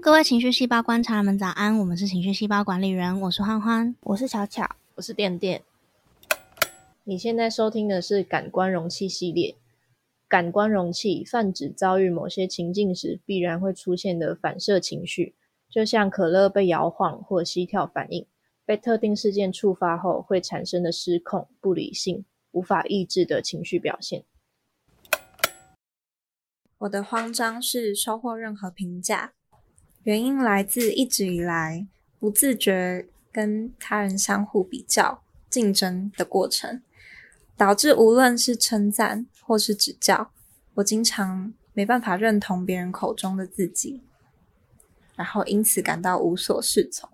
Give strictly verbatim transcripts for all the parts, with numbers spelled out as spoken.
各位情绪细胞观察们早安，我们是情绪细胞管理员，我是欢欢， 我是巧巧， 我是电电。你现在收听的是感官容器系列。感官容器泛指遭遇某些情境时必然会出现的反射情绪，就像可乐被摇晃或膝跳反应，被特定事件触发后会产生的失控、不理性、无法抑制的情绪表现。 我的慌张是收获任何评价，原因来自一直以来不自觉跟他人相互比较、竞争的过程，导致无论是称赞或是指教，我经常没办法认同别人口中的自己，然后因此感到无所适从。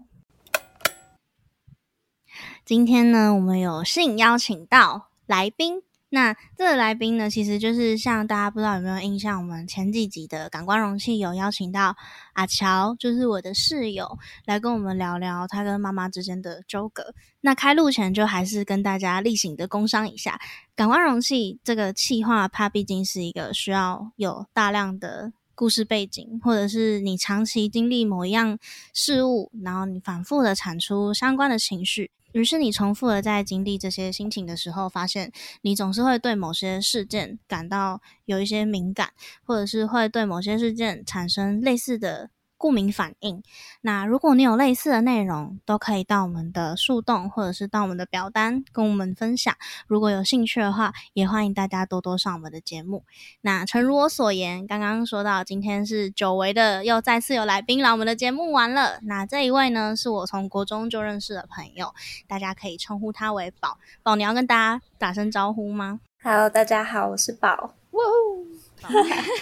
今天呢，我们有幸邀请到来宾。那这个来宾呢，其实就是像大家不知道有没有印象，我们前几集的感官容器有邀请到阿乔，就是我的室友，来跟我们聊聊他跟妈妈之间的纠葛。那开录前就还是跟大家例行的工商一下，感官容器这个企划，它毕竟是一个需要有大量的故事背景，或者是你长期经历某一样事物，然后你反复的产出相关的情绪，于是你重复的在经历这些心情的时候，发现你总是会对某些事件感到有一些敏感，或者是会对某些事件产生类似的过敏反应。那如果你有类似的内容，都可以到我们的树洞或者是到我们的表单跟我们分享。如果有兴趣的话，也欢迎大家多多上我们的节目。那诚如我所言，刚刚说到今天是久违的又再次有来宾来我们的节目玩了。那这一位呢，是我从国中就认识的朋友，大家可以称呼他为宝。宝，你要跟大家打声招呼吗？ Hello， 大家好，我是宝。 哇哦， 笑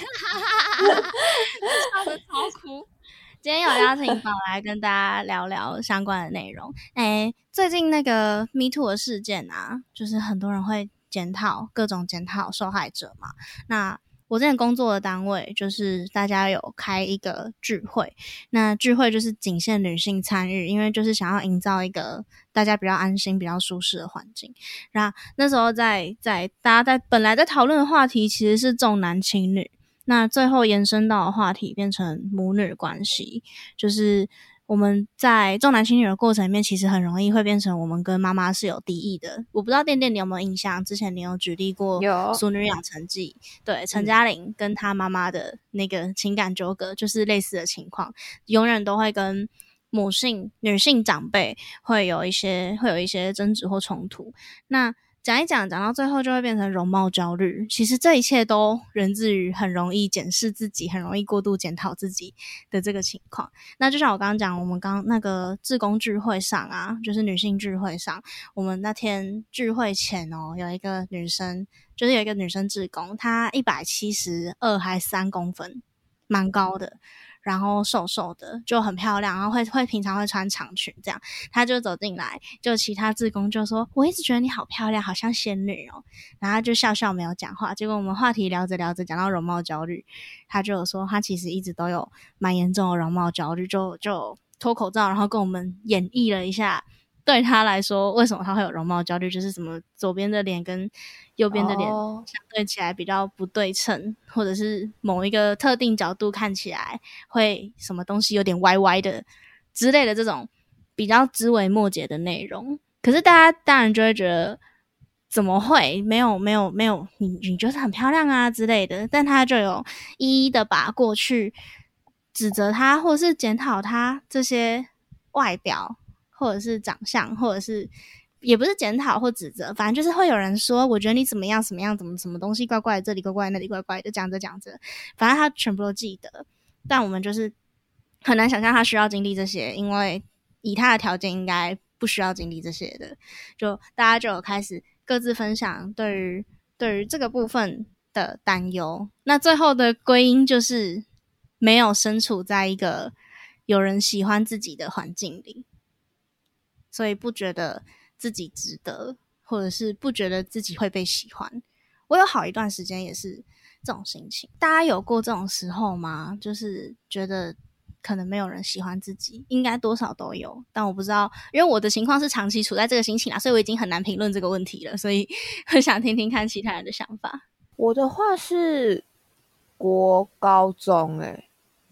得超哭。今天有邀请宝来跟大家聊聊相关的内容。诶，最近那个 Me Too 的事件啊，就是很多人会检讨，各种检讨受害者嘛。那我之前工作的单位就是大家有开一个聚会，那聚会就是仅限女性参与，因为就是想要营造一个大家比较安心、比较舒适的环境。那那时候在在大家在本来在讨论的话题其实是重男轻女，那最后延伸到的话题变成母女关系，就是我们在重男轻女的过程里面，其实很容易会变成我们跟妈妈是有敌意的。我不知道电电你有没有印象，之前你有举例过《俗女养成记》，对，陈嘉玲跟她妈妈的那个情感纠葛，就是类似的情况，永远都会跟母性女性长辈会有一些会有一些争执或冲突。那讲一讲，讲到最后就会变成容貌焦虑。其实这一切都源自于很容易检视自己，很容易过度检讨自己的这个情况。那就像我刚刚讲，我们刚那个志工聚会上啊，就是女性聚会上，我们那天聚会前哦，有一个女生，就是有一个女生志工，她一百七十二还三公分，蛮高的。然后瘦瘦的就很漂亮，然后会会平常会穿长裙这样，她就走进来，就其他志工就说我一直觉得你好漂亮，好像仙女哦，然后她就笑笑没有讲话。结果我们话题聊着聊着讲到容貌焦虑，她就有说她其实一直都有蛮严重的容貌焦虑，就就脱口罩然后跟我们演绎了一下对她来说为什么她会有容貌焦虑，就是什么左边的脸跟右边的脸相对起来比较不对称，或者是某一个特定角度看起来会什么东西有点歪歪的之类的这种比较枝微末节的内容。可是大家当然就会觉得怎么会没有没有没有你你就是很漂亮啊之类的，但他就有一一的把过去指责他或是检讨他这些外表或者是长相，或者是也不是检讨或指责，反正就是会有人说我觉得你怎么样怎么样，怎么什么东西怪怪的，这里怪怪的，那里怪怪的，讲着讲着反正他全部都记得。但我们就是很难想象他需要经历这些，因为以他的条件应该不需要经历这些的。就大家就有开始各自分享对于对于这个部分的担忧，那最后的归因就是没有身处在一个有人喜欢自己的环境里，所以不觉得自己值得，或者是不觉得自己会被喜欢。我有好一段时间也是这种心情。大家有过这种时候吗？就是觉得可能没有人喜欢自己，应该多少都有，但我不知道，因为我的情况是长期处在这个心情啦，所以我已经很难评论这个问题了，所以很想听听看其他人的想法。 我的话是国高中欸，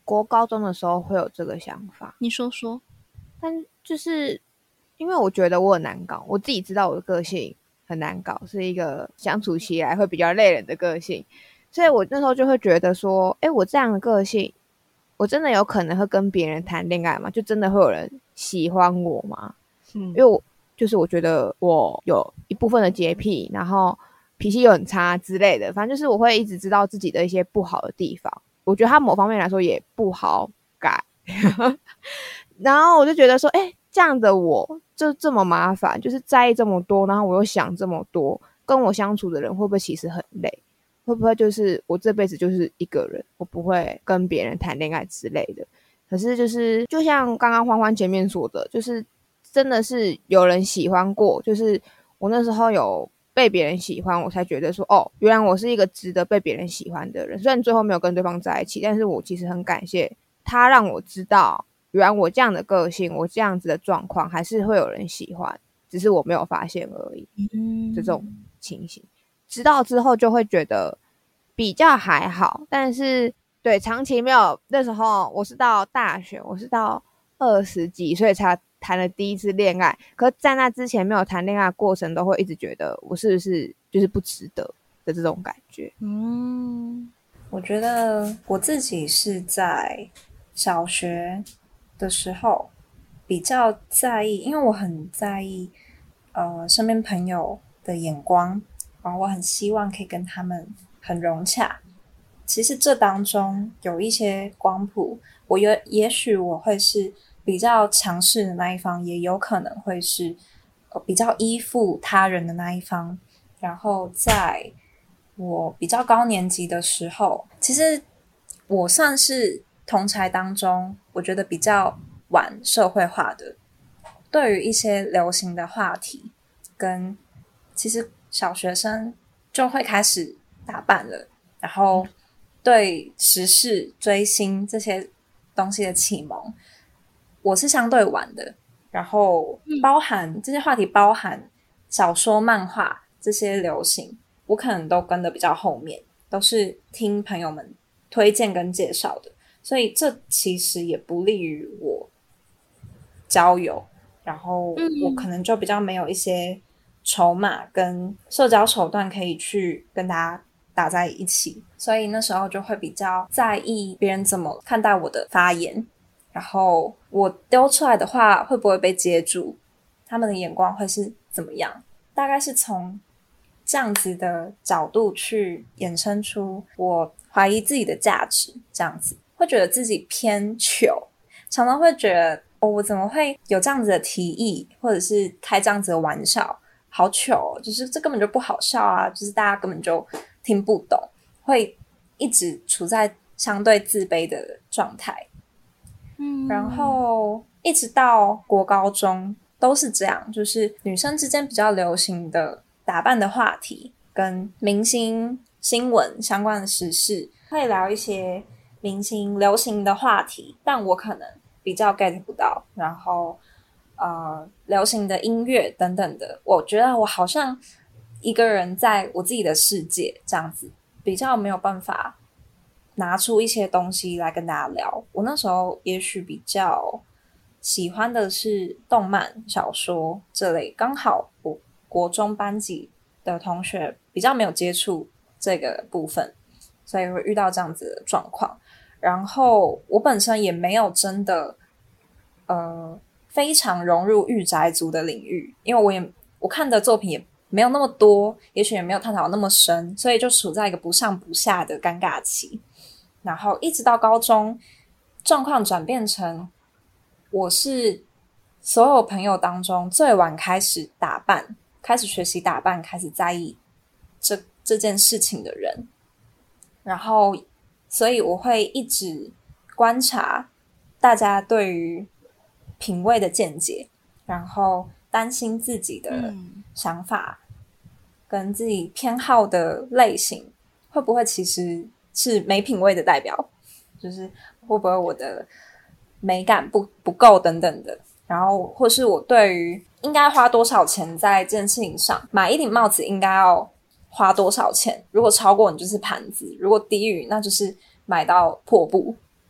国高中的时候会有这个想法。 你说说。 但就是因为我觉得我很难搞，我自己知道我的个性很难搞，是一个相处起来会比较累人的个性，所以我那时候就会觉得说，诶，我这样的个性我真的有可能会跟别人谈恋爱吗？就真的会有人喜欢我吗？嗯，因为我就是我觉得我有一部分的洁癖，然后脾气又很差之类的，反正就是我会一直知道自己的一些不好的地方，我觉得它某方面来说也不好改然后我就觉得说，诶，这样的我就这么麻烦，就是在意这么多，然后我又想这么多，跟我相处的人会不会其实很累？会不会就是我这辈子就是一个人，我不会跟别人谈恋爱之类的？可是就是就像刚刚欢欢前面说的，就是真的是有人喜欢过，就是我那时候有被别人喜欢，我才觉得说，哦，原来我是一个值得被别人喜欢的人。虽然最后没有跟对方在一起，但是我其实很感谢他，让我知道原来我这样的个性，我这样子的状况还是会有人喜欢，只是我没有发现而已。嗯，这种情形知道之后就会觉得比较还好，但是对长期没有，那时候我是到大学，我是到二十几岁才谈了第一次恋爱，可是在那之前没有谈恋爱的过程都会一直觉得我是不是就是不值得的这种感觉。 嗯，我觉得我自己是在小学的时候比较在意，因为我很在意呃身边朋友的眼光，然后我很希望可以跟他们很融洽。其实这当中有一些光谱，我也也许我会是比较强势的那一方，也有可能会是、呃、比较依附他人的那一方。然后在我比较高年级的时候，其实我算是同侪当中我觉得比较晚社会化的，对于一些流行的话题跟其实小学生就会开始打扮了，然后对时事追星这些东西的启蒙我是相对晚的，然后包含、嗯、这些话题包含小说漫画这些流行我可能都跟得比较后面，都是听朋友们推荐跟介绍的，所以这其实也不利于我交友，然后我可能就比较没有一些筹码跟社交手段可以去跟大家打在一起，所以那时候就会比较在意别人怎么看待我的发言，然后我丢出来的话会不会被接住，他们的眼光会是怎么样，大概是从这样子的角度去衍生出我怀疑自己的价值，这样子会觉得自己偏糗，常常会觉得哦，我怎么会有这样子的提议，或者是开这样子的玩笑，好糗哦，就是这根本就不好笑啊，就是大家根本就听不懂，会一直处在相对自卑的状态。嗯，然后一直到国高中都是这样，就是女生之间比较流行的打扮的话题跟明星新闻相关的时事，会聊一些明星流行的话题，但我可能比较 get 不到，然后呃，流行的音乐等等的，我觉得我好像一个人在我自己的世界这样子，比较没有办法拿出一些东西来跟大家聊。我那时候也许比较喜欢的是动漫小说这类，刚好我国中班级的同学比较没有接触这个部分，所以会遇到这样子的状况。然后我本身也没有真的呃非常融入御宅族的领域，因为我也我看的作品也没有那么多，也许也没有探讨那么深，所以就处在一个不上不下的尴尬期。然后一直到高中，状况转变成我是所有朋友当中最晚开始打扮，开始学习打扮，开始在意这这件事情的人。然后所以我会一直观察大家对于品味的见解，然后担心自己的想法、嗯、跟自己偏好的类型会不会其实是没品味的代表，就是会不会我的美感不不够等等的，然后或是我对于应该花多少钱在这件事情上，买一顶帽子应该要花多少钱，如果超过你就是盘子，如果低于那就是买到破布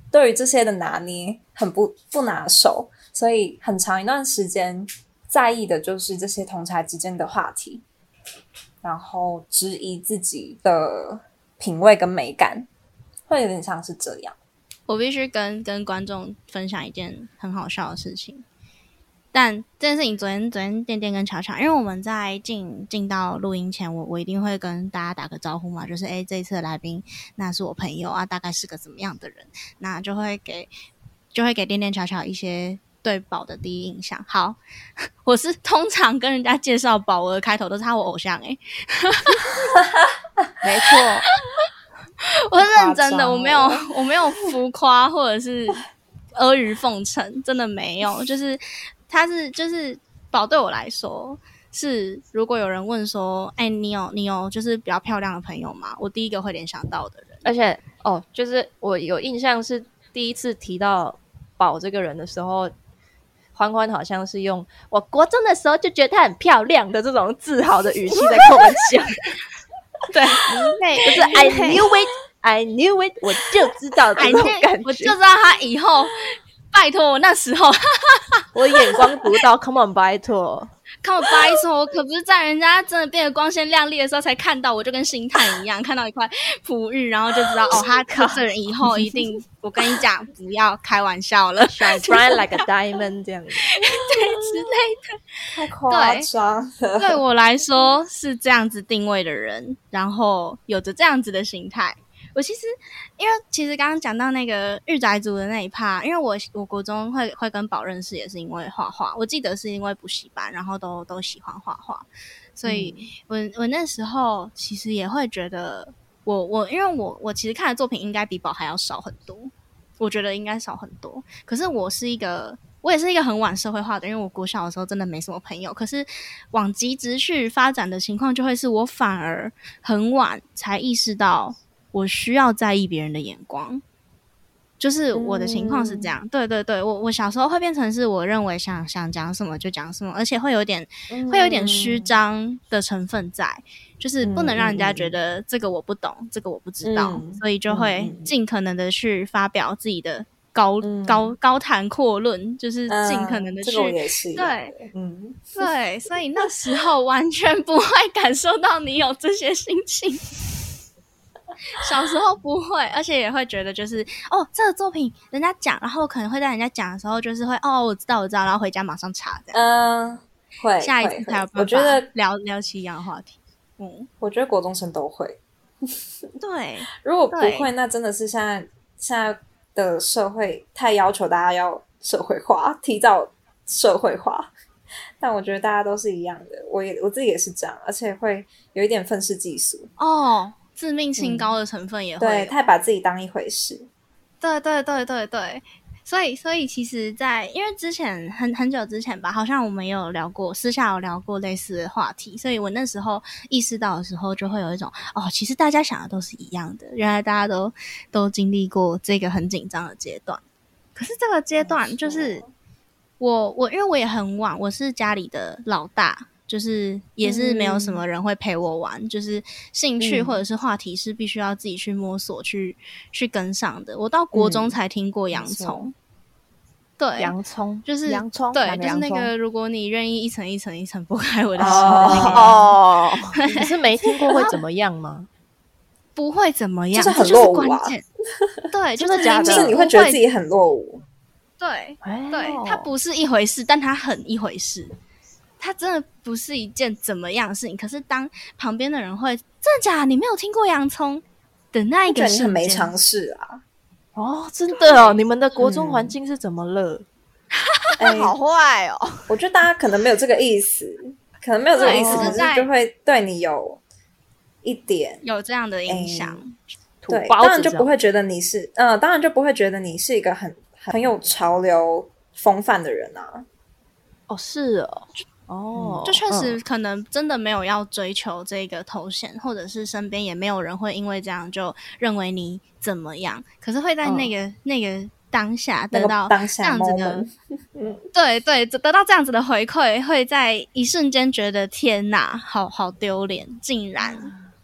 对于这些的拿捏很不不拿手，所以很长一段时间在意的就是这些同侪之间的话题，然后质疑自己的品味跟美感，会有点像是这样。 我必须跟跟观众分享一件很好笑的事情，但这件事情昨天昨天电电跟巧巧，因为我们在进进到录音前，我我一定会跟大家打个招呼嘛，就是诶这一次的来宾那是我朋友啊，大概是个怎么样的人，那就会给就会给电电巧巧一些对宝的第一印象。好，我是通常跟人家介绍宝，我的开头都是他我偶像诶、欸、 没错。 我是认真的，我没有我没有浮夸或者是阿谀奉承，真的没有。就是他是就是宝对我来说是，如果有人问说，哎、欸，你有你有就是比较漂亮的朋友吗？我第一个会联想到的人。 而且哦，就是我有印象是第一次提到宝这个人的时候，欢欢好像是用我国中的时候就觉得她很漂亮的这种自豪的语气在跟我们讲。对，就是 I knew it, I knew it， 我就知道这种感觉， 我就知道他以后，拜托我那时候， 我眼光独到 ，Come on， 拜托 ，Come on， 拜托，我可不是在人家真的变得光鲜亮丽的时候才看到，我就跟星探一样，看到一块璞玉，然后就知道哦，他这人以后一定，我跟你讲，不要开玩笑了 ，shine bright like a diamond 这样子， 对之类的， 太夸张了。 对我来说是这样子定位的人，然后有着这样子的心态。我其实因为其实刚刚讲到那个御宅族的那一趴，因为我我国中会会跟宝认识也是因为画画，我记得是因为补习班，然后都都喜欢画画，所以我我那时候其实也会觉得我我因为我我其实看的作品应该比宝还要少很多，我觉得应该少很多。可是我是一个我也是一个很晚社会化的，因为我国小的时候真的没什么朋友，可是往极直去发展的情况就会是我反而很晚才意识到我需要在意别人的眼光，就是我的情况是这样、嗯、对对对，我我小时候会变成是我认为想想讲什么就讲什么，而且会有点、嗯、会有点虚张的成分在，就是不能让人家觉得这个我不懂、嗯、这个我不知道、嗯、所以就会尽可能的去发表自己的高、嗯、高高谈阔论，就是尽可能的去、 嗯、这个我也是对嗯对，所以那时候完全不会感受到你有这些心情小时候不会，而且也会觉得就是哦，这个作品人家讲，然后可能会在人家讲的时候，就是会哦，我知道我知道，然后回家马上查这样。 嗯、呃，会， 下一次才有办法我觉得聊聊起一样的话题。嗯， 我觉得国中生都会。 对， 如果不会，那真的是现在现在的社会太要求大家要社会化，提早社会化。但我觉得大家都是一样的，我也我自己也是这样，而且会有一点愤世嫉俗哦。自命清高的成分也会、嗯、 对，太把自己当一回事。 对对对对对，所以所以其实在因为之前很很久之前吧，好像我们也有聊过，私下有聊过类似的话题，所以我那时候意识到的时候，就会有一种哦，其实大家想的都是一样的，原来大家都都经历过这个很紧张的阶段。可是这个阶段就是我我因为我也很晚，我是家里的老大。就是也是没有什么人会陪我玩、嗯、就是兴趣或者是话题是必须要自己去摸索去、嗯、去跟上的。我到国中才听过洋葱、嗯、对， 洋葱就是洋葱对，就是那个如果你愿意一层一层一层剥开我的心的那个哦，你是没听过会怎么样吗？ 不会怎么样， 就是很落伍啊， 对， 就是假的， 就是你会觉得自己很落伍， 对、哎、对，它不是一回事，但它很一回事，它真的不是一件怎么样的事情，可是当旁边的人会真的假的你没有听过洋葱的那一个瞬间， 你很没尝试啊。 哦，真的哦，你们的国中环境是怎么了？ 哎、嗯，好坏哦！ 我觉得大家可能没有这个意思，可能没有这个意思，可是就会对你有一点有这样的影响、 欸。对，当然就不会觉得你是，嗯、呃，当然就不会觉得你是一个很很有潮流风范的人啊。 哦，是哦。哦、 嗯，就确实可能真的没有要追求这个头衔、嗯、或者是身边也没有人会因为这样就认为你怎么样，可是会在那个、嗯、那个当下得到这样子的、那個、对对，得到这样子的回馈，会在一瞬间觉得天哪，好好丢脸，竟然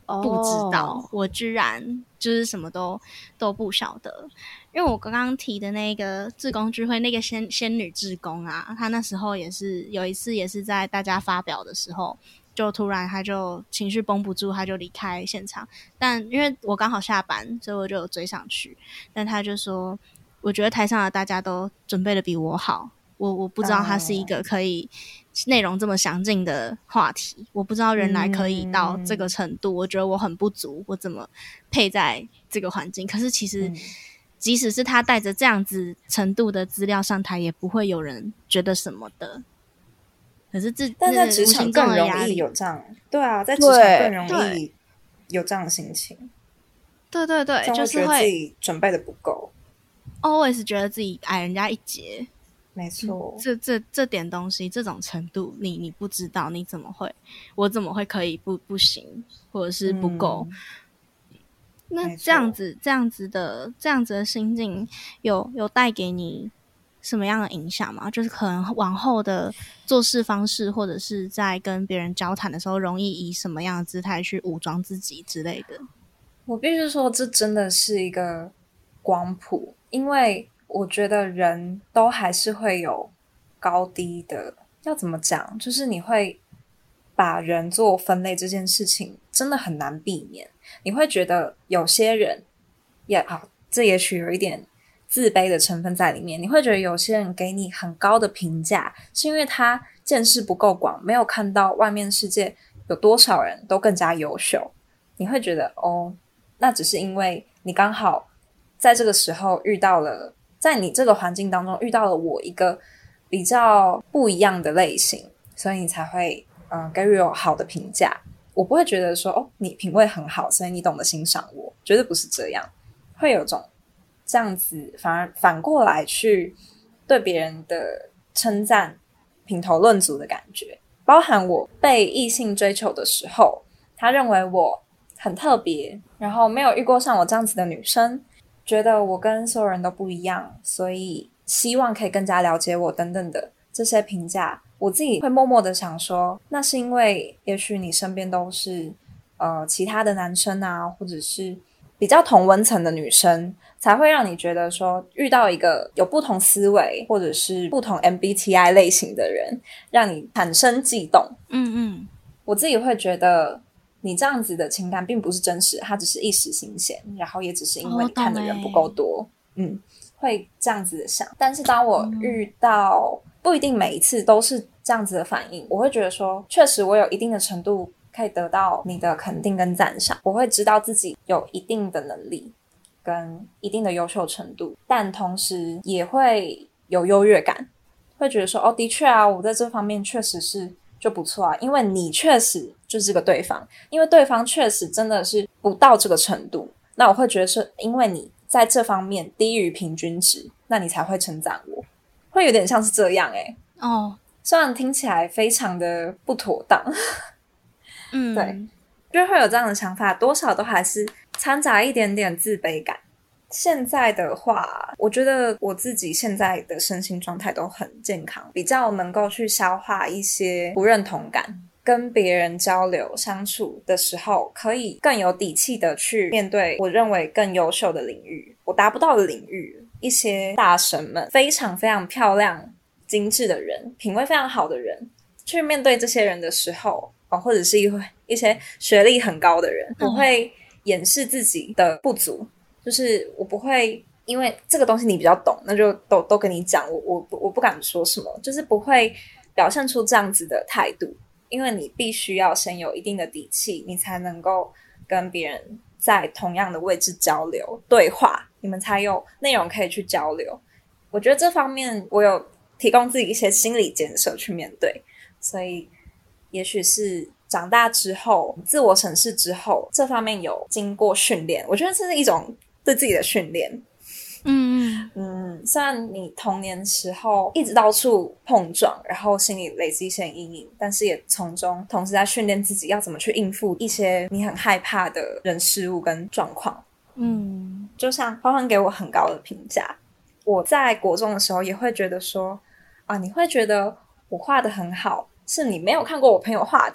不知道， 哦我居然就是什么都都不晓得。因为我刚刚提的那个志工聚会，那个仙仙女志工啊，她那时候也是有一次，也是在大家发表的时候，就突然她就情绪绷不住，她就离开现场。但因为我刚好下班，所以我就有追上去。但她就说，我觉得台上的大家都准备的比我好，我我不知道它是一个可以内容这么详尽的话题，我不知道原来可以到这个程度，嗯、我觉得我很不足，我怎么配在这个环境？可是其实。嗯即使是他带着这样子程度的资料上台，也不会有人觉得什么的。可是这但在职场更容易有这样，对啊，在职场更容易有这样的心情。 对对对，就是会觉得自己准备的不够 ，always 觉得自己矮人家一截。 没错， 嗯、这这这点东西，这种程度，你你不知道，你怎么会？我怎么会可以不不行，或者是不够？嗯那这样子这样子的这样子的心境有有带给你什么样的影响吗？就是可能往后的做事方式，或者是在跟别人交谈的时候，容易以什么样的姿态去武装自己之类的？ 我必须说，这真的是一个光谱，因为我觉得人都还是会有高低的。要怎么讲？就是你会把人做分类这件事情，真的很难避免。你会觉得有些人也好，这也许有一点自卑的成分在里面。你会觉得有些人给你很高的评价，是因为他见识不够广，没有看到外面世界有多少人都更加优秀。你会觉得哦，那只是因为你刚好在这个时候遇到了，在你这个环境当中遇到了我一个比较不一样的类型，所以你才会嗯给予我好的评价。我不会觉得说哦，你品味很好，所以你懂得欣赏我，绝对不是这样。会有种这样子，反而反过来去对别人的称赞品头论足的感觉。包含我被异性追求的时候，他认为我很特别，然后没有遇过像我这样子的女生，觉得我跟所有人都不一样，所以希望可以更加了解我等等的这些评价。我自己会默默的想说，那是因为也许你身边都是呃其他的男生啊，或者是比较同温层的女生，才会让你觉得说遇到一个有不同思维或者是不同 M B T I 类型的人，让你产生悸动。 嗯嗯， 我自己会觉得你这样子的情感并不是真实，它只是一时新鲜，然后也只是因为你看的人不够多。嗯，会这样子的想。但是当我遇到、嗯、不一定每一次都是这样子的反应，我会觉得说确实我有一定的程度可以得到你的肯定跟赞赏，我会知道自己有一定的能力跟一定的优秀程度，但同时也会有优越感，会觉得说哦，的确啊，我在这方面确实是就不错啊，因为你确实就是这个对方，因为对方确实真的是不到这个程度，那我会觉得是因为你在这方面低于平均值，那你才会称赞我，会有点像是这样欸。 哦， 虽然听起来非常的不妥当， 嗯， 对，就会有这样的想法，多少都还是掺杂一点点自卑感。现在的话，我觉得我自己现在的身心状态都很健康，比较能够去消化一些不认同感，跟别人交流相处的时候，可以更有底气的去面对我认为更优秀的领域，我达不到的领域，一些大神们，非常非常漂亮精致的人，品味非常好的人，去面对这些人的时候、哦、或者是一一些学历很高的人，我会掩饰自己的不足，就是我不会因为这个东西你比较懂，那就都都跟你讲，我我我不敢说什么，就是不会表现出这样子的态度，因为你必须要先有一定的底气，你才能够跟别人在同样的位置交流对话，你们才有内容可以去交流。我觉得这方面我有提供自己一些心理建设去面对，所以也许是长大之后自我审视之后，这方面有经过训练，我觉得这是一种对自己的训练。 嗯嗯，虽然你童年时候一直到处碰撞，然后心里累积一些阴影，但是也从中同时在训练自己要怎么去应付一些你很害怕的人事物跟状况。 嗯， 就像欢欢给我很高的评价，我在国中的时候也会觉得说啊，你会觉得我画得很好，是你没有看过我朋友画的，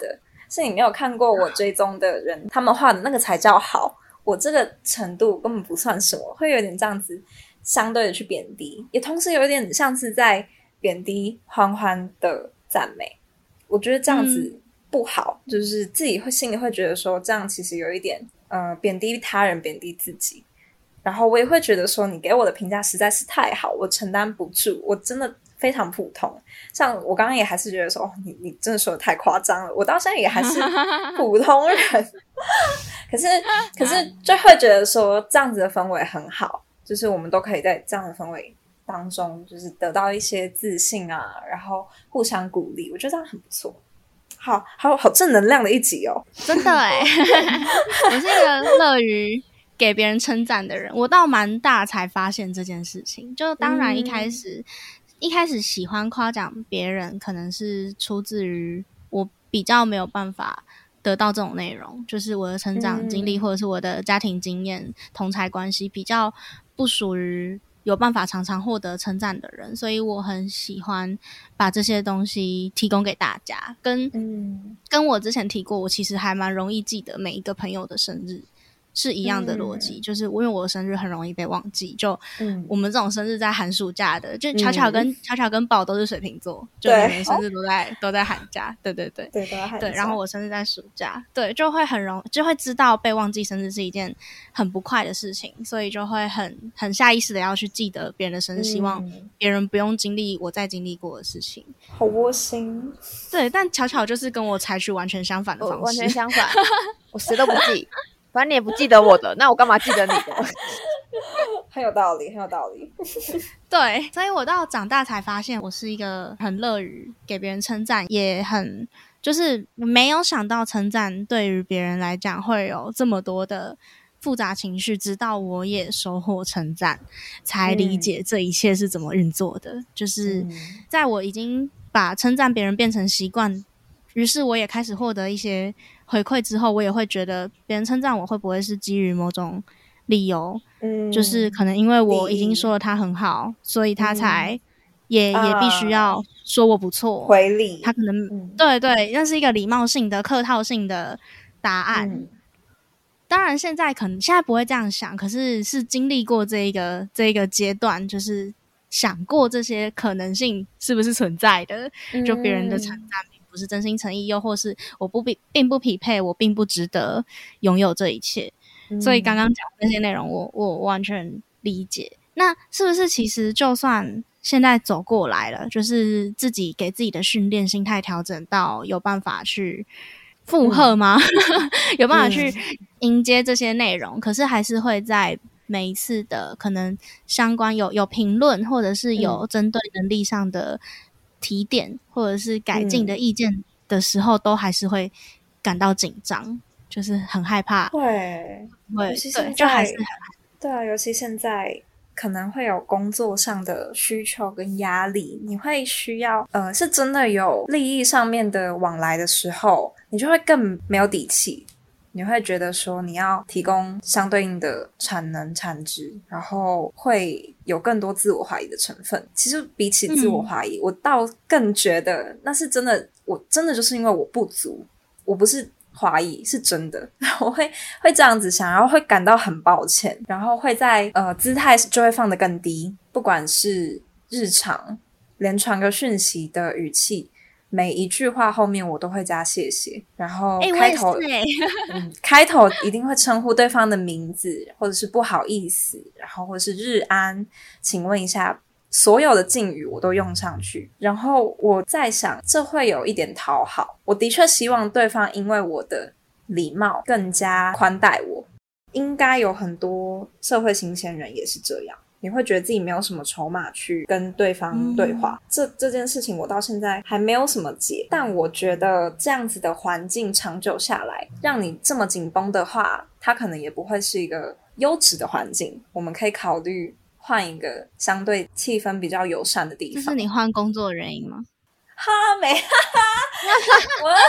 是你没有看过我追踪的人他们画的那个才叫好，我这个程度根本不算什么，会有点这样子相对的去贬低，也同时有点像是在贬低欢欢的赞美。我觉得这样子不好、嗯、就是自己会心里会觉得说这样其实有一点呃贬低他人贬低自己，然后我也会觉得说你给我的评价实在是太好，我承担不住，我真的非常普通。像我刚刚也还是觉得说、哦、你你真的说的太夸张了，我到现在也还是普通人可是可是就会觉得说这样子的氛围很好，就是我们都可以在这样的氛围当中就是得到一些自信啊，然后互相鼓励，我觉得这样很不错。好好好正能量的一集哦， 真的耶我是一个乐于给别人称赞的人，我到蛮大才发现这件事情。就当然一开始、嗯、一开始喜欢夸奖别人可能是出自于我比较没有办法得到这种内容，就是我的成长经历、嗯、或者是我的家庭经验同侪关系比较不属于有办法常常获得称赞的人，所以我很喜欢把这些东西提供给大家。跟、嗯、跟我之前提过，我其实还蛮容易记得每一个朋友的生日，是一样的逻辑、嗯、就是因为我的生日很容易被忘记，就、嗯、我们这种生日在寒暑假的，就巧巧跟、嗯、巧巧跟宝都是水瓶座，就每年生日都在都在寒假，对对对对，都在寒假， 对，然后我生日在暑假，对，就会很容就会知道被忘记生日是一件很不快的事情，所以就会很很下意识的要去记得别人的生日、嗯、希望别人不用经历我在经历过的事情。 好窝心。 对，但巧巧就是跟我采取完全相反的方式， 完全相反我谁都不记反正你也不记得我的，那我干嘛记得你的很有道理很有道理对，所以我到长大才发现我是一个很乐于给别人称赞，也很就是没有想到称赞对于别人来讲会有这么多的复杂情绪，直到我也收获称赞才理解这一切是怎么运作的、嗯、就是在我已经把称赞别人变成习惯，于是我也开始获得一些回馈之后，我也会觉得别人称赞我会不会是基于某种理由、嗯、就是可能因为我已经说了他很好，所以他才也、嗯、也必须要说我不错， 回礼， 他可能、嗯、对对，那是一个礼貌性的客套性的答案、嗯、当然现在可能现在不会这样想，可是是经历过这一个这一个阶段，就是想过这些可能性是不是存在的、嗯、就别人的称赞不是真心诚意，又或是我不比并不匹配，我并不值得拥有这一切、嗯、所以刚刚讲的那些内容我我完全理解。那是不是其实就算现在走过来了，就是自己给自己的训练心态调整到有办法去负荷吗、嗯、有办法去迎接这些内容、嗯、可是还是会在每一次的可能相关有有评论或者是有针对能力上的提点或者是改进的意见的时候、嗯、都还是会感到紧张，就是很害怕， 会会尤其现在就还是对啊，尤其现在可能会有工作上的需求跟压力，你会需要呃，是真的有利益上面的往来的时候，你就会更没有底气，你会觉得说你要提供相对应的产能产值，然后会有更多自我怀疑的成分。其实比起自我怀疑、嗯、我倒更觉得那是真的，我真的就是因为我不足，我不是怀疑，是真的我会会这样子想，然后会感到很抱歉，然后会在呃姿态就会放得更低，不管是日常连传个讯息的语气，每一句话后面我都会加谢谢，然后开头、欸欸嗯、开头一定会称呼对方的名字，或者是不好意思，然后或者是日安，请问一下，所有的敬语我都用上去。然后我在想，这会有一点讨好，我的确希望对方因为我的礼貌更加宽待我，应该有很多社会新鲜人也是这样，你会觉得自己没有什么筹码去跟对方对话、嗯、这这件事情我到现在还没有什么解，但我觉得这样子的环境长久下来，让你这么紧绷的话，它可能也不会是一个优质的环境，我们可以考虑换一个相对气氛比较友善的地方。 这是你换工作的原因吗？ 哈没哈哈我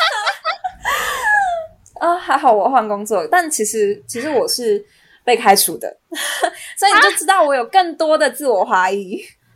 啊，还好我换工作，但其实其实我是被开除的所以你就知道我有更多的自我怀疑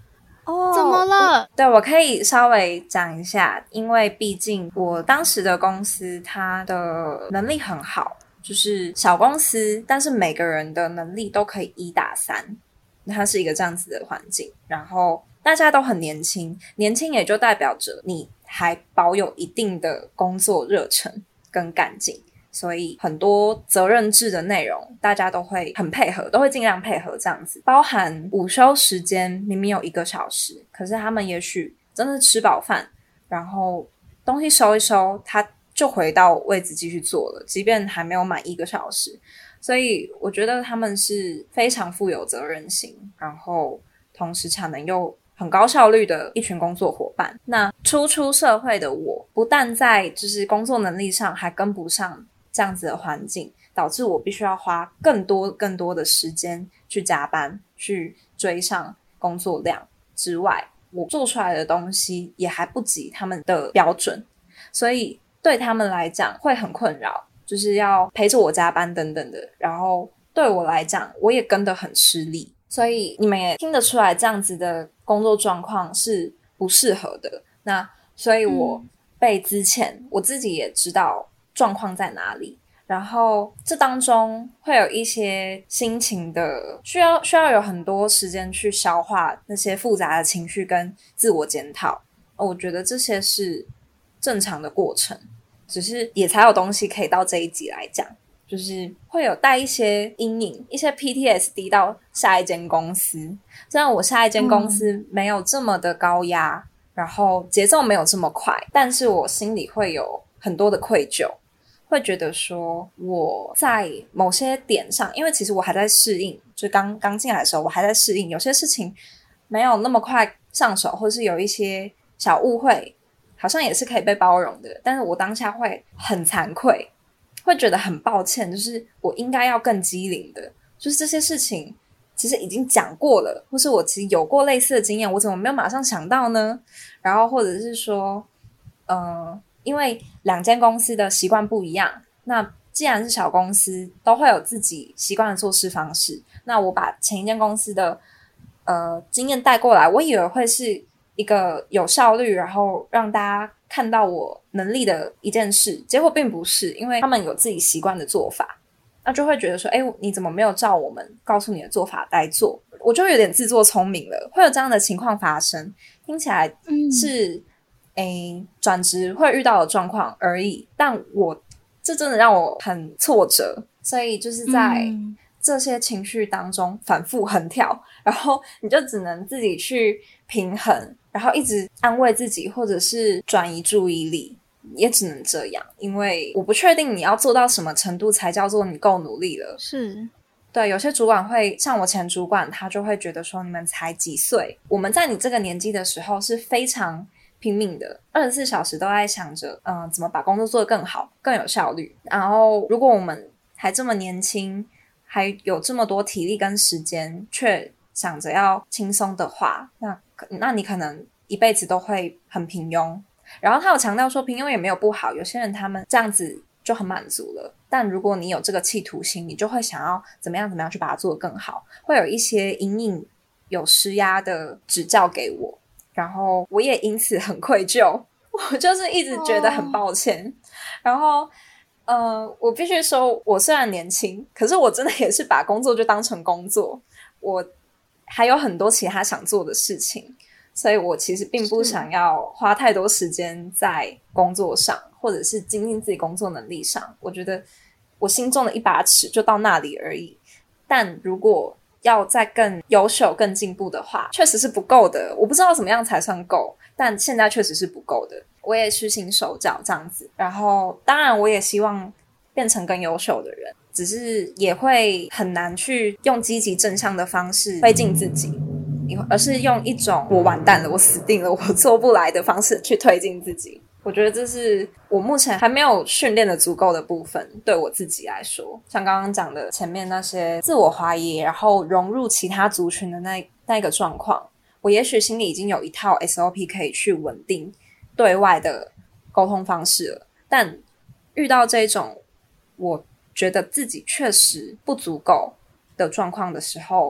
哦， 怎么了？ 对，我可以稍微讲一下，因为毕竟我当时的公司它的能力很好，就是小公司，但是每个人的能力都可以一打三，它是一个这样子的环境，然后大家都很年轻，年轻也就代表着你还保有一定的工作热忱跟干劲，所以很多责任制的内容大家都会很配合，都会尽量配合这样子，包含午休时间明明有一个小时，可是他们也许真的吃饱饭，然后东西收一收，他就回到位置继续做了，即便还没有满一个小时。所以我觉得他们是非常富有责任心，然后同时产能又很高效率的一群工作伙伴。那初出社会的我，不但在就是工作能力上还跟不上这样子的环境，导致我必须要花更多更多的时间去加班，去追上工作量之外，我做出来的东西也还不及他们的标准，所以对他们来讲会很困扰，就是要陪着我加班等等的，然后对我来讲我也跟得很吃力，所以你们也听得出来这样子的工作状况是不适合的。那所以我被资遣、嗯、我自己也知道状况在哪里，然后这当中会有一些心情的需要需要有很多时间去消化那些复杂的情绪跟自我检讨、哦、我觉得这些是正常的过程，只是也才有东西可以到这一集来讲，就是会有带一些阴影，一些 P T S D 到下一间公司。虽然我下一间公司没有这么的高压、嗯、然后节奏没有这么快，但是我心里会有很多的愧疚，会觉得说我在某些点上，因为其实我还在适应，就刚刚进来的时候我还在适应，有些事情没有那么快上手，或是有一些小误会好像也是可以被包容的，但是我当下会很惭愧，会觉得很抱歉，就是我应该要更机灵的，就是这些事情其实已经讲过了，或是我其实有过类似的经验，我怎么没有马上想到呢？然后或者是说呃，因为两间公司的习惯不一样，那既然是小公司都会有自己习惯的做事方式，那我把前一间公司的呃经验带过来，我以为会是一个有效率然后让大家看到我能力的一件事，结果并不是，因为他们有自己习惯的做法，那就会觉得说诶，你怎么没有照我们告诉你的做法来做，我就有点自作聪明了，会有这样的情况发生，听起来是、嗯诶，转职会遇到的状况而已，但我这真的让我很挫折，所以就是在这些情绪当中反复横跳、嗯、然后你就只能自己去平衡，然后一直安慰自己或者是转移注意力，也只能这样，因为我不确定你要做到什么程度才叫做你够努力了。 是， 对，有些主管会像我前主管，他就会觉得说你们才几岁，我们在你这个年纪的时候是非常拼命的，二十四小时都在想着嗯、呃，怎么把工作做得更好更有效率，然后如果我们还这么年轻，还有这么多体力跟时间，却想着要轻松的话，那那你可能一辈子都会很平庸。然后他有强调说平庸也没有不好，有些人他们这样子就很满足了，但如果你有这个企图心，你就会想要怎么样怎么样去把它做得更好，会有一些隐隐有施压的指教给我，然后我也因此很愧疚，我就是一直觉得很抱歉、oh. 然后呃，我必须说我虽然年轻，可是我真的也是把工作就当成工作，我还有很多其他想做的事情，所以我其实并不想要花太多时间在工作上，或者是精进自己工作能力上，我觉得我心中的一把尺就到那里而已，但如果要再更优秀更进步的话确实是不够的，我不知道怎么样才算够，但现在确实是不够的，我也虚心手脚这样子，然后当然我也希望变成更优秀的人，只是也会很难去用积极正向的方式推进自己，而是用一种我完蛋了我死定了我做不来的方式去推进自己，我觉得这是我目前还没有训练的足够的部分，对我自己来说，像刚刚讲的前面那些自我怀疑然后融入其他族群的那那个状况，我也许心里已经有一套 S O P 可以去稳定对外的沟通方式了，但遇到这种我觉得自己确实不足够的状况的时候，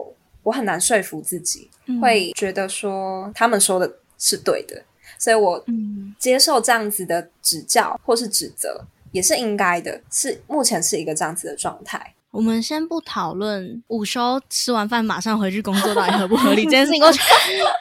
我很难说服自己， 嗯会觉得说他们说的是对的，所以我接受这样子的指教或是指责也是应该的，是目前是一个这样子的状态。 我们先不讨论午休吃完饭马上回去工作到底合不合理这件事情，我觉得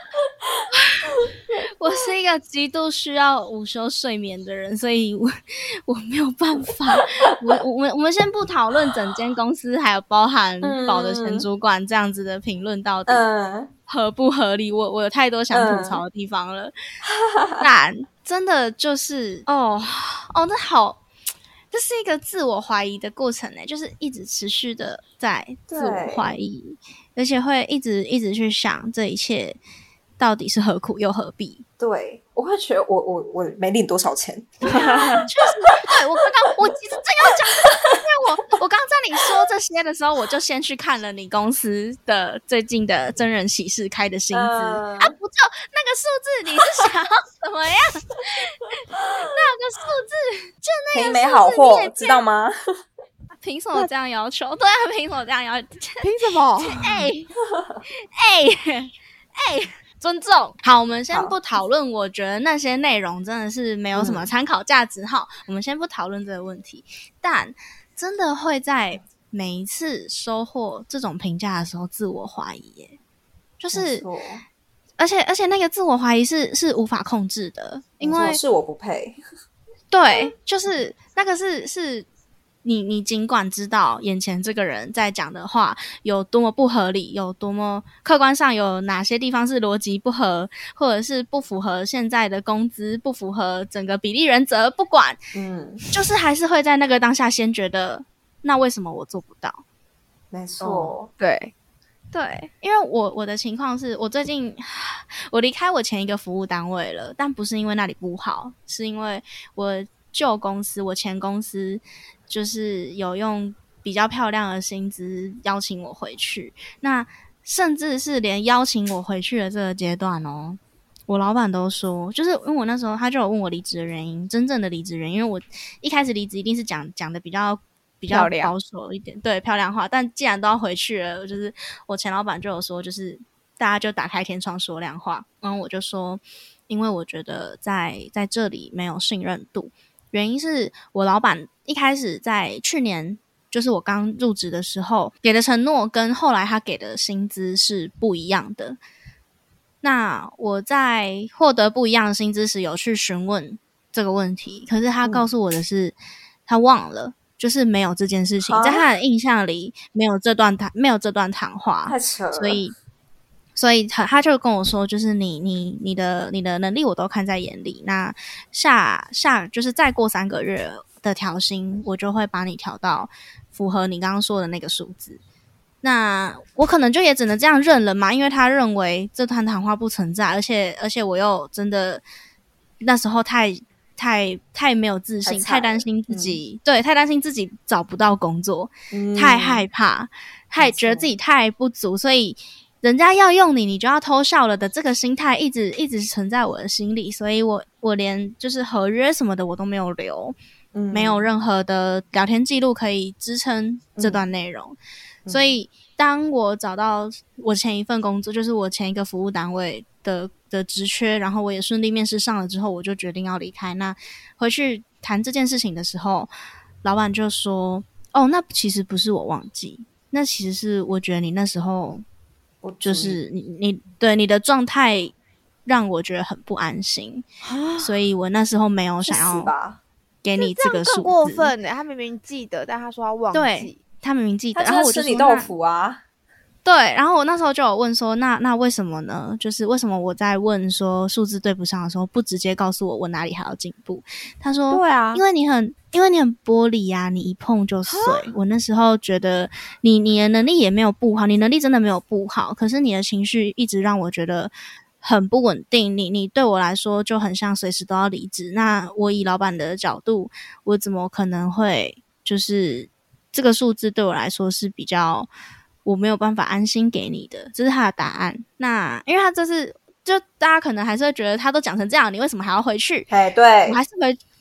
我是一个极度需要午休睡眠的人，所以我我没有办法。我我们我们先不讨论整间公司还有包含宝的前主管这样子的评论到底合不合理，我我有太多想吐槽的地方了。但真的就是哦哦，那好。这是一个自我怀疑的过程呢，就是一直持续的在自我怀疑，而且会一直一直去想这一切到底是何苦又何必。 对，我会觉得我我我没领多少钱。 对啊，确实，对，我刚刚我其实正要讲，因为我我刚刚在你说这些的时候，我就先去看了你公司的最近的真人喜事开的薪资、呃、啊，不就那个数字，你是想要怎么样？那个数字就那个数字， 没好货，知道吗？ 凭什么这样要求？对啊，凭什么这样要求？ 凭什么？ 哎哎哎！尊重。好，我们先不讨论，我觉得那些内容真的是没有什么参考价值。好、嗯，我们先不讨论这个问题，但真的会在每一次收获这种评价的时候自我怀疑耶，就是而且而且那个自我怀疑是是无法控制的，因为是我不配。 对，就是那个是是你你尽管知道眼前这个人在讲的话有多么不合理，有多么客观上有哪些地方是逻辑不合，或者是不符合现在的工资，不符合整个比例原则，不管， 嗯， 就是还是会在那个当下先觉得，那为什么我做不到？ 没错、 嗯，对对，因为我我的情况是我最近我离开我前一个服务单位了，但不是因为那里不好，是因为我旧公司我前公司就是有用比较漂亮的薪资邀请我回去，那甚至是连邀请我回去的这个阶段哦，我老板都说，就是因为我那时候他就有问我离职的原因，真正的离职原因，因为我一开始离职一定是讲讲的比较比较保守一点，对，漂亮话，但既然都要回去了，就是我前老板就有说，就是大家就打开天窗说亮话，然后我就说，因为我觉得在在这里没有信任度，原因是我老板一开始在去年就是我刚入职的时候给的承诺跟后来他给的薪资是不一样的，那我在获得不一样的薪资时有去询问这个问题，可是他告诉我的是、嗯、他忘了，就是没有这件事情，在他的印象里没有这段谈没有这段谈话， 太扯了， 所以所以他他就跟我说，就是你你你的你的能力我都看在眼里，那下下就是再过三个月的调薪，我就会把你调到符合你刚刚说的那个数字。那我可能就也只能这样认了嘛，因为他认为这段谈话不存在，而且而且我又真的那时候太太太没有自信，太担心自己、嗯、对，太担心自己找不到工作、嗯、太害怕，太觉得自己太不足，所以人家要用你，你就要偷笑了的这个心态一直一直存在我的心里，所以我我连就是合约什么的我都没有留、嗯、没有任何的聊天记录可以支撑这段内容、嗯、所以当我找到我前一份工作，就是我前一个服务单位的的职缺，然后我也顺利面试上了之后，我就决定要离开。那回去谈这件事情的时候，老板就说，哦，那其实不是我忘记，那其实是我觉得你那时候就是你你对你的状态让我觉得很不安心，所以我那时候没有想要给你这个数字。 更过分耶，他明明记得，但他说他忘记。 对，他明明记得， 然后我就说吃你豆腐啊。 对，然后我那时候就有问说，那那为什么呢？就是为什么我在问说数字对不上的时候，不直接告诉我我哪里还要进步？他说， 对啊， 因为你很因为你很玻璃啊，你一碰就碎。我那时候觉得你你的能力也没有不好，你能力真的没有不好，可是你的情绪一直让我觉得很不稳定。你你对我来说就很像随时都要离职。那我以老板的角度，我怎么可能会就是这个数字对我来说是比较。我没有办法安心给你的，这是他的答案。那因为他这是就大家可能还是会觉得他都讲成这样，你为什么还要回去？ 哎，对， 我还是回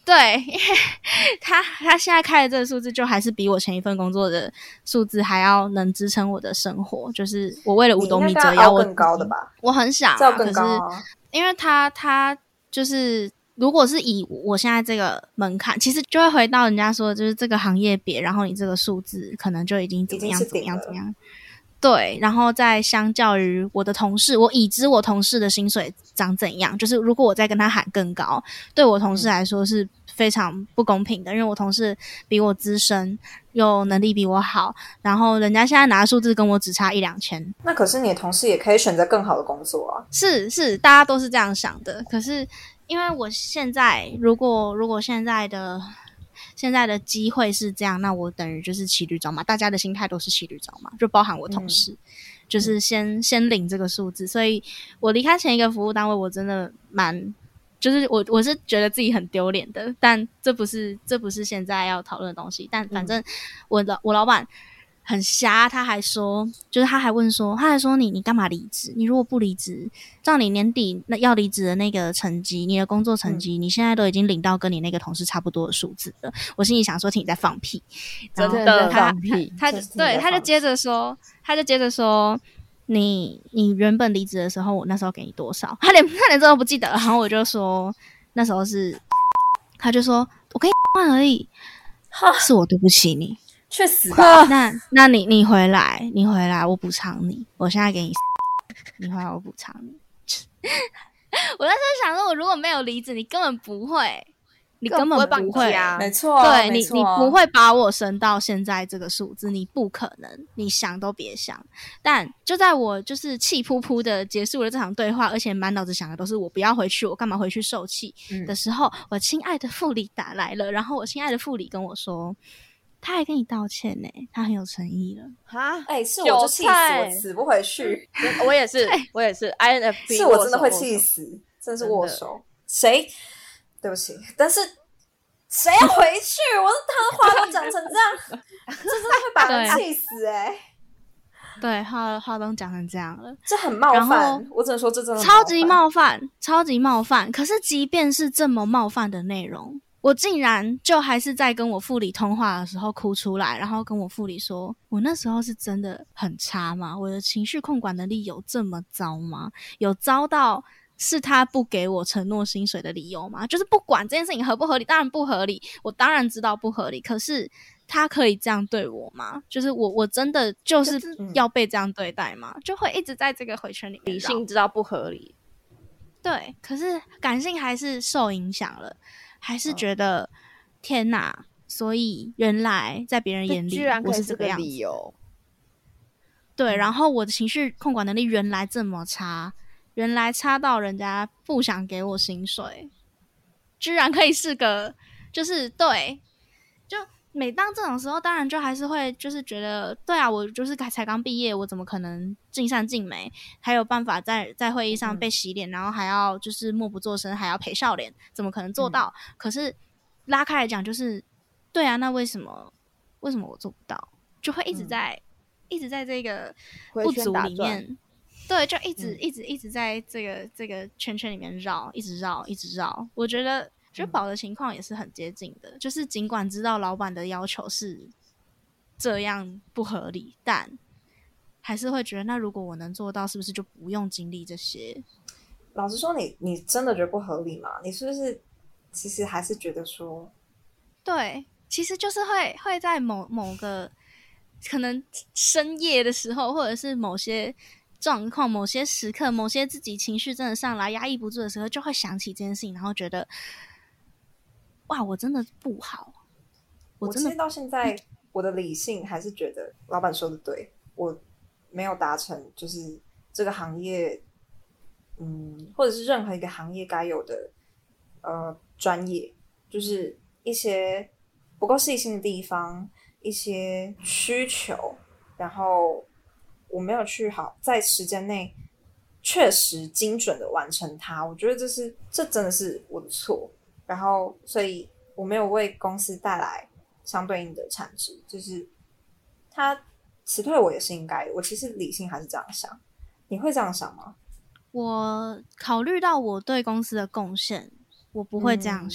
对，因为他他现在开的这个数字，就还是比我前一份工作的数字还要能支撑我的生活。就是我为了五斗米折腰，我更高的吧？ 我很想、啊， 这要更高啊！ 可是因为他他就是如果是以我现在这个门槛，其实就会回到人家说，就是这个行业别，然后你这个数字可能就已经怎么样怎么样怎么样。对，然后再相较于我的同事，我已知我同事的薪水长怎样，就是如果我再跟他喊更高，对我同事来说是非常不公平的，因为我同事比我资深，又能力比我好，然后人家现在拿的数字跟我只差一两千。 那可是你的同事也可以选择更好的工作啊。 是是，大家都是这样想的。可是因为我现在，如果如果现在的现在的机会是这样，那我等于就是骑驴找马，大家的心态都是骑驴找马，就包含我同事，嗯、就是先先领这个数字。所以我离开前一个服务单位，我真的蛮，就是我我是觉得自己很丢脸的，但这不是这不是现在要讨论的东西。但反正我的、嗯、我老板很瞎，他还说，就是他还问说，他还说你你干嘛离职？你如果不离职，照你年底那要离职的那个成绩，你的工作成绩，嗯、你现在都已经领到跟你那个同事差不多的数字了。我心里想说，听你在放屁， 真的他放屁。 他他对，他就接着说，他就接着说，你你原本离职的时候，我那时候给你多少？他连他连这都不记得了。然后我就说那时候是，他就说我给你万而已，是我对不起你。 去死吧！ 那那你你回来，你回来，我补偿你。我现在给你，你回来我补偿你。我那时候想说，我如果没有离职，你根本不会，你根本不会啊， 没错， 对你没错你不会把我升到现在这个数字，你不可能，你想都别想。但就在我就是气扑扑的结束了这场对话，而且满脑子想的都是我不要回去，我干嘛回去受气、嗯、的时候，我亲爱的副理打来了，然后我亲爱的副理跟我说。他还跟你道歉呢、欸，他很有诚意了哈， 哎、欸，是我就气死，我死不回去。 我也是，我也是 ，I N F P， 是我真的会气死，真的是握手。谁？对不起，但是谁要回去？我他的话都讲成这样，这真的会把人气死哎、欸。 对，话话都讲成这样了， 这很冒犯。我只能说，这真的超级冒犯，超级冒犯。可是，即便是这么冒犯的内容。我竟然就还是在跟我副理通话的时候哭出来，然后跟我副理说，我那时候是真的很差吗？我的情绪控管能力有这么糟吗？有糟到是他不给我承诺薪水的理由吗？就是不管这件事情合不合理，当然不合理，我当然知道不合理，可是他可以这样对我吗？就是我我真的就是要被这样对待吗？就会一直在这个回圈里面。 理性知道不合理， 对，可是感性还是受影响了。还是觉得、哦、天哪，所以原来在别人眼里我是这个样子， 理由对，然后我的情绪控管能力原来这么差，原来差到人家不想给我薪水，居然可以是个就是对，就每当这种时候，当然就还是会就是觉得，对啊，我就是才刚毕业，我怎么可能尽善尽美，还有办法在在会议上被洗脸、嗯，然后还要就是默不作声，还要陪笑脸，怎么可能做到？嗯、可是拉开来讲，就是对啊，那为什么为什么我做不到？就会一直在、嗯、一直在这个不足里面，对，就一直、嗯、一直一直在这个这个圈圈里面绕，一直绕，一直绕。我觉得。觉得宝的情况也是很接近的、嗯、就是尽管知道老板的要求是这样不合理，但还是会觉得那如果我能做到，是不是就不用经历这些？ 老实说你你真的觉得不合理吗？你是不是其实还是觉得说， 对，其实就是会会在某某个可能深夜的时候，或者是某些状况、某些时刻、某些自己情绪真的上来压抑不住的时候，就会想起这件事情，然后觉得哇，我真的不好。我真的我其实到现在，我的理性还是觉得老板说的对，我没有达成就是这个行业，嗯，或者是任何一个行业该有的呃专业，就是一些不够细心的地方，一些需求，然后我没有去好在时间内确实精准的完成它，我觉得这是这真的是我的错。然后，所以我没有为公司带来相对应的产值，就是他辞退我也是应该的。我其实理性还是这样想，你会这样想吗？ 我考虑到我对公司的贡献，我不会这样想。嗯、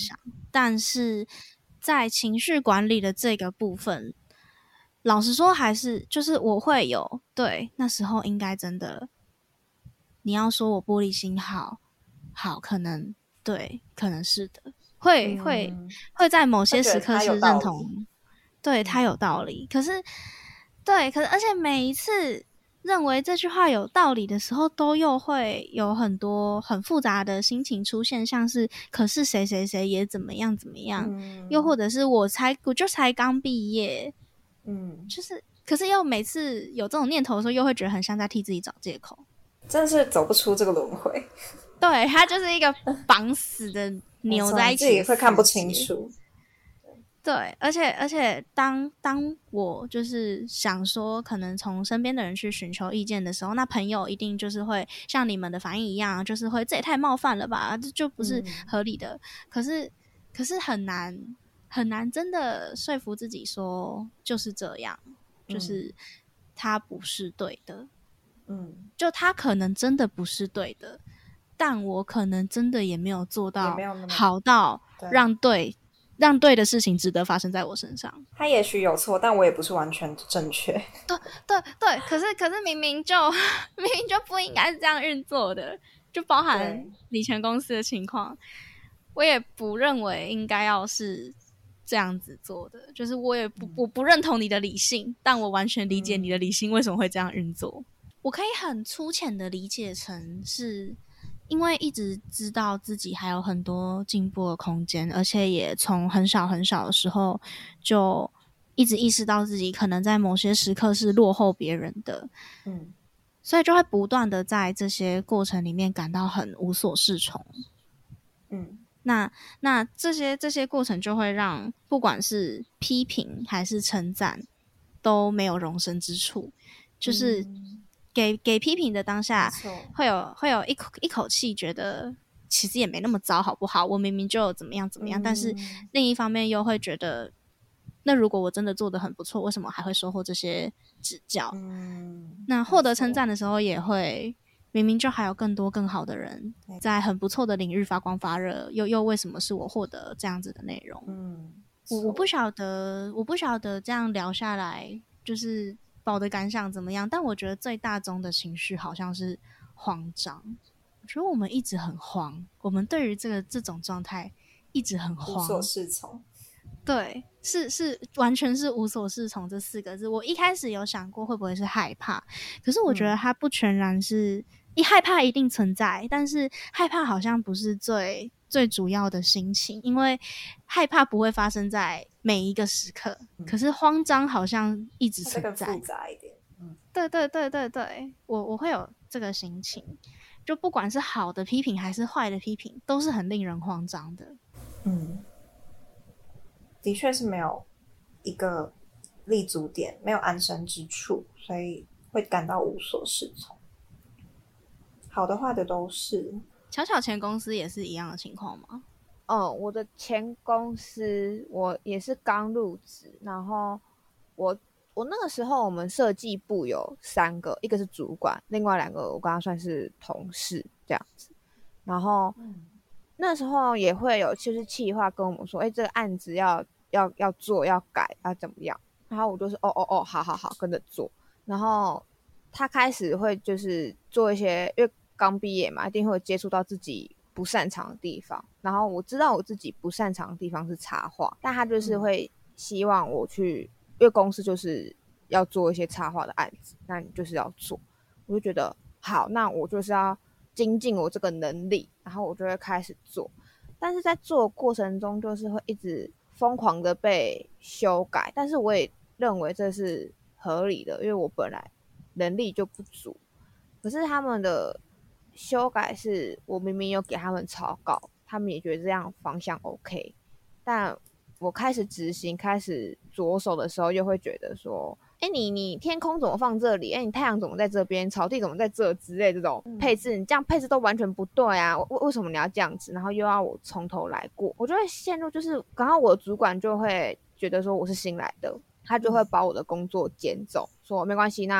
但是在情绪管理的这个部分，老实说还是就是我会有对那时候应该真的，你要说我玻璃心好好可能对可能是的，会、嗯、会会在某些时刻是认同对他有道理，可是对可是而且每一次认为这句话有道理的时候，都又会有很多很复杂的心情出现，像是可是谁谁谁也怎么样怎么样、嗯、又或者是我才我就才刚毕业，嗯，就是可是又每次有这种念头的时候，又会觉得很像在替自己找借口， 真的是走不出这个轮回。 对，它就是一个绑死的扭在一起， 自己会看不清楚。 对，而且而且当当我就是想说可能从身边的人去寻求意见的时候，那朋友一定就是会像你们的反应一样，就是会这也太冒犯了吧，这就不是合理的、嗯、可是可是很难很难真的说服自己说就是这样、嗯、就是他不是对的，嗯，就他可能真的不是对的，但我可能真的也没有做到好到让对让对的事情值得发生在我身上。 他也许有错，但我也不是完全正确。 对对对，可是可是明明就明明就不应该是这样运作的，就包含你前公司的情况，我也不认为应该要是这样子做的。就是我也不、嗯、我不认同你的理性，但我完全理解你的理性为什么会这样运作。嗯、我可以很粗浅的理解成是。因为一直知道自己还有很多进步的空间，而且也从很小很小的时候就一直意识到自己可能在某些时刻是落后别人的，嗯，所以就会不断的在这些过程里面感到很无所适从，嗯，那那这些这些过程就会让不管是批评还是称赞都没有容身之处，就是。嗯给给批评的当下，会有会有一口一口气觉得其实也没那么糟，好不好？我明明就怎么样怎么样，嗯、但是另一方面又会觉得，那如果我真的做得很不错，为什么还会收获这些指教？嗯、那获得称赞的时候，也会明明就还有更多更好的人在很不错的领域发光发热，又又为什么是我获得这样子的内容？嗯，我我不晓得，我不晓得这样聊下来就是。我的感想怎么样？但我觉得最大宗的情绪好像是慌张。我觉得我们一直很慌，我们对于这个这种状态一直很慌， 无所适从。 对，是是，完全是无所适从这四个字。我一开始有想过会不会是害怕，可是我觉得它不全然是，一、嗯、害怕一定存在，但是害怕好像不是最最主要的心情，因为害怕不会发生在每一个时刻，嗯、可是慌张好像一直存在， 这个复杂一点。嗯， 对对对对对，我我会有这个心情，就不管是好的批评还是坏的批评，都是很令人慌张的。 嗯，的确是没有一个立足点，没有安身之处，所以会感到无所适从。好的坏的都是。 巧巧前公司也是一样的情况吗？ 嗯，我的前公司我也是刚入职，然后我我那个时候我们设计部有三个，一个是主管，另外两个我刚刚算是同事这样子。然后、嗯、那时候也会有就是企划跟我们说，哎，这个案子要要要做要改要怎么样，然后我就说哦哦哦，好好好，跟着做。然后他开始会就是做一些，因为刚毕业嘛，一定会接触到自己不擅长的地方，然后我知道我自己不擅长的地方是插画，但他就是会希望我去，因为公司就是要做一些插画的案子，那你就是要做，我就觉得好，那我就是要精进我这个能力，然后我就会开始做，但是在做的过程中就是会一直疯狂的被修改，但是我也认为这是合理的，因为我本来能力就不足，可是他们的修改是我明明有给他们草稿，他们也觉得这样方向 OK， 但我开始执行开始着手的时候又会觉得说，哎，你你天空怎么放这里，哎，你太阳怎么在这边，草地怎么在这之类，这种配置你这样配置都完全不对啊，为为什么你要这样子，然后又要我从头来过，我就会陷入，就是刚好我的主管就会觉得说我是新来的，他就会把我的工作捡走，说没关系，那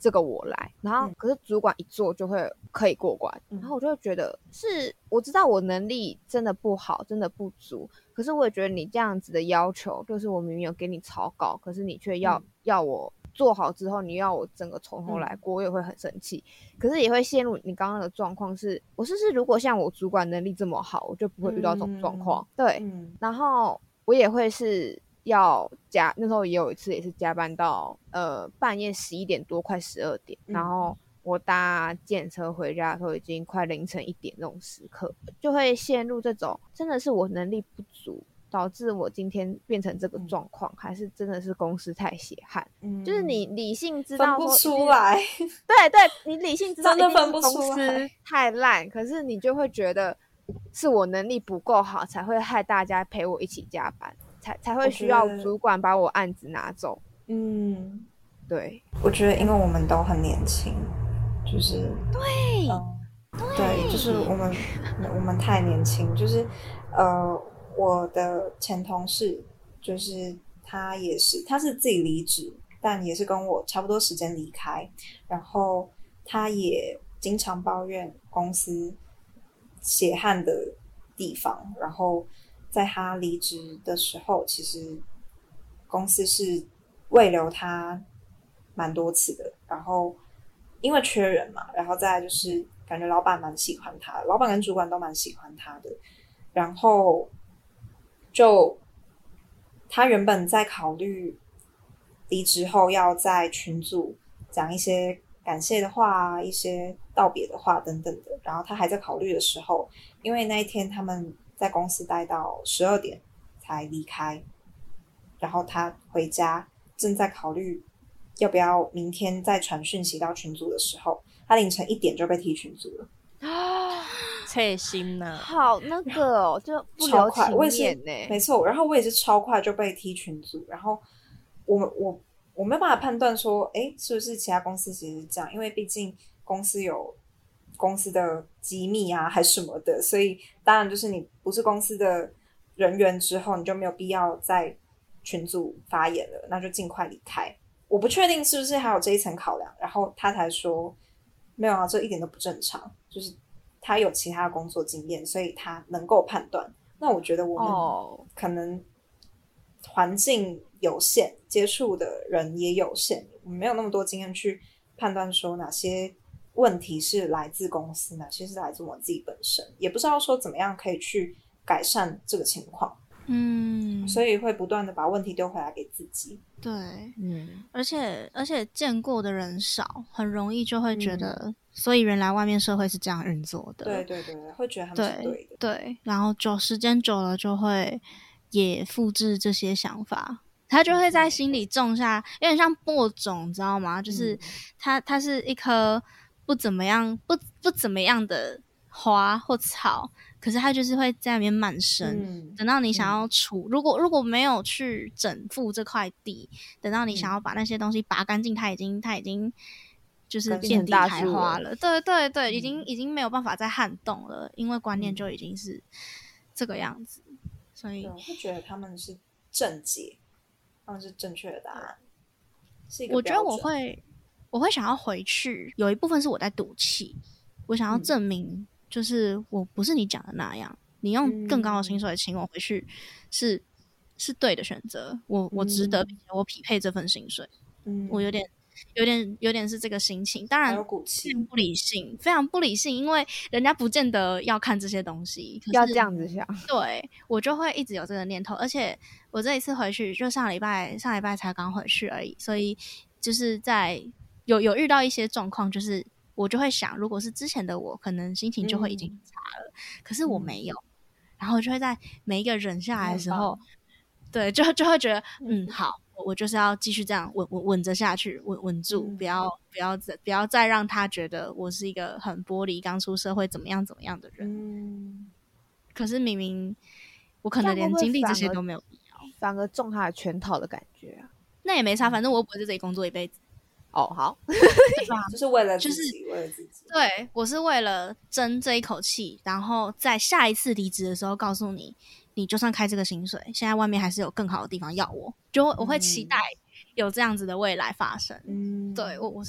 这个我来，然后可是主管一做就会可以过关， 嗯、 然后我就会觉得是我知道我能力真的不好，真的不足，可是我也觉得你这样子的要求，就是我明明有给你草稿，可是你却要、嗯、要我做好之后，你要我整个从头来过，我也会很生气。可是也会陷入你刚刚的状况是，我是不是如果像我主管能力这么好，我就不会遇到这种状况、嗯？对、嗯，然后我也会是要加，那时候也有一次也是加班到呃半夜十一点多，快十二点、嗯，然后我搭电车回家的时候已经快凌晨一点，这种时刻就会陷入这种真的是我能力不足。导致我今天变成这个状况、嗯，还是真的是公司太血汗、嗯？就是你理性知道说分不出来， 对对，你理性知道真的分不出来， 公司太烂，可是你就会觉得是我能力不够好，才会害大家陪我一起加班，才才会需要主管把我案子拿走。 嗯， 对， 我觉得因为我们都很年轻，就是对、 嗯、对，就是我们我们太年轻，就是呃。我的前同事就是他也是他是自己离职，但也是跟我差不多时间离开，然后他也经常抱怨公司血汗的地方，然后在他离职的时候，其实公司是慰留他蛮多次的，然后因为缺人嘛，然后再来就是感觉老板蛮喜欢他，老板跟主管都蛮喜欢他的，然后就他原本在考虑离职后要在群组讲一些感谢的话，一些道别的话等等的，然后他还在考虑的时候，因为那一天他们在公司待到十二点才离开，然后他回家正在考虑要不要明天再传讯息到群组的时候，他凌晨一点就被踢群组了啊，切心呢， 好那个哦，就不留情面呢， 没错。然后我也是超快就被踢群组，然后我我我没有办法判断说，哎，是不是其他公司其实是这样，因为毕竟公司有公司的机密啊，还是什么的，所以当然就是你不是公司的人员之后，你就没有必要在群组发言了，那就尽快离开。我不确定是不是还有这一层考量，然后他才说没有啊，这一点都不正常，就是他有其他工作经验，所以他能够判断。那我觉得我们可能环境有限，接触的人也有限，我们没有那么多经验去判断说哪些问题是来自公司，哪些是来自我自己本身，也不知道说怎么样可以去改善这个情况。 嗯， 所以会不断的把问题丢回来给自己。 对，嗯，而且而且见过的人少，很容易就会觉得，嗯、所以原来外面社会是这样运作的。 对对对，会觉得他们是对的。 对，对然后久时间久了，就会也复制这些想法，他就会在心里种下，有点像播种，你知道吗？就是它它是一颗不怎么样、不不怎么样的花或草。可是它就是会在那边漫生、嗯、等到你想要除、嗯、如果如果没有去整复这块地，等到你想要把那些东西拔干净，它已经它已经就是遍地开花了，对对对、嗯、已经已经没有办法再撼动了，因为观念就已经是这个样子，所以我会觉得他们是正解，他们是正确的答案，是一个我觉得我会我会想要回去，有一部分是我在赌气，我想要证明、嗯就是我不是你讲的那样，你用更高的薪水请我回去是、嗯、是对的选择，我我值得，并且我匹配这份薪水。嗯，我有点有点有点是这个心情，当然股气不理性，非常不理性，因为人家不见得要看这些东西，可是要这样子想， 对我就会一直有这个念头，而且我这一次回去就上礼拜上礼拜才刚回去而已，所以就是在有有遇到一些状况，就是我就会想，如果是之前的我，可能心情就会已经差了、嗯、可是我没有、嗯、然后就会在每一个忍下来的时候，对，就就会觉得嗯好，我就是要继续这样稳稳稳着下去，稳稳住、嗯、不要不要不要再让他觉得我是一个很玻璃刚出社会怎么样怎么样的人、嗯、可是明明我可能连经历这些都没有必要， 反而中他的圈套的感觉啊。 那也没差，反正我又不会在这里工作一辈子。 哦，好， 对吧？就是为了自己，就是为了自己。 对，我是为了争这一口气，然后在下一次离职的时候告诉你，你就算开这个薪水，现在外面还是有更好的地方要我，就我会期待有这样子的未来发生。嗯，对我我是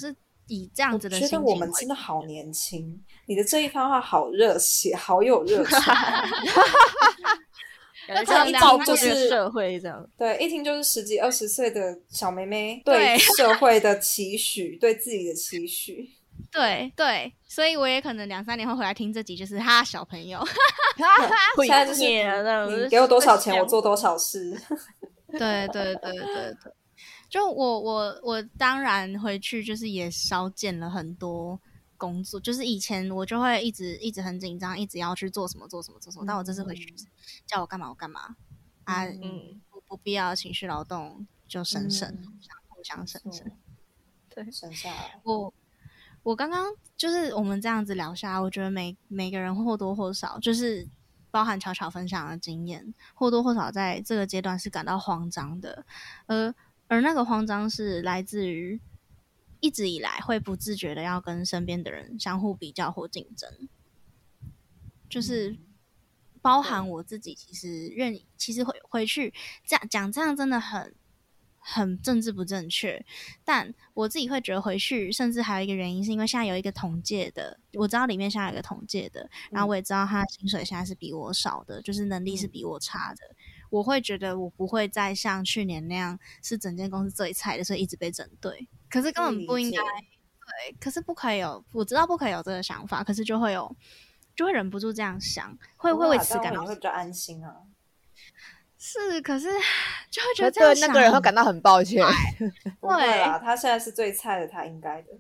以这样子的心情， 我觉得我们真的好年轻，你的这一番话好热血，好有热情。 那这样一听就是社会这样， 对，一听就是十几二十岁的小妹妹对社会的期许，对自己的期许。 对对，所以我也可能两三年后回来听这集，就是哈小朋友， 现在就是你给我多少钱，我做多少事。对对对对对对，就我我我当然回去就是也少见了很多工作，就是以前我就会一直一直很紧张，一直要去做什么做什么做什么，嗯、但我这次回去叫我干嘛我干嘛啊，嗯，不不必要的情绪劳动就省省，嗯、互相省省，对， 省下来。 我我刚刚就是我们这样子聊下来，我觉得每每个人或多或少就是包含巧巧分享的经验，或多或少在这个阶段是感到慌张的，而而那个慌张是来自于一直以来会不自觉的要跟身边的人相互比较或竞争，就是包含我自己，其实愿意，其实回回去这样讲，这样真的很很政治不正确，但我自己会觉得回去，甚至还有一个原因是因为现在有一个统计的，我知道里面现在有一个统计的，然后我也知道他的薪水现在是比我少的，就是能力是比我差的，我会觉得我不会再像去年那样是整间公司最菜的，所以一直被针对，可是根本不应该，对，可是不可以有，我知道不可以有这个想法，可是就会有，就会忍不住这样想，会会为此感到你会比较安心啊。 是，可是就会觉得这样对那个人会感到很抱歉。 不会啦，他现在是最菜的，他应该的。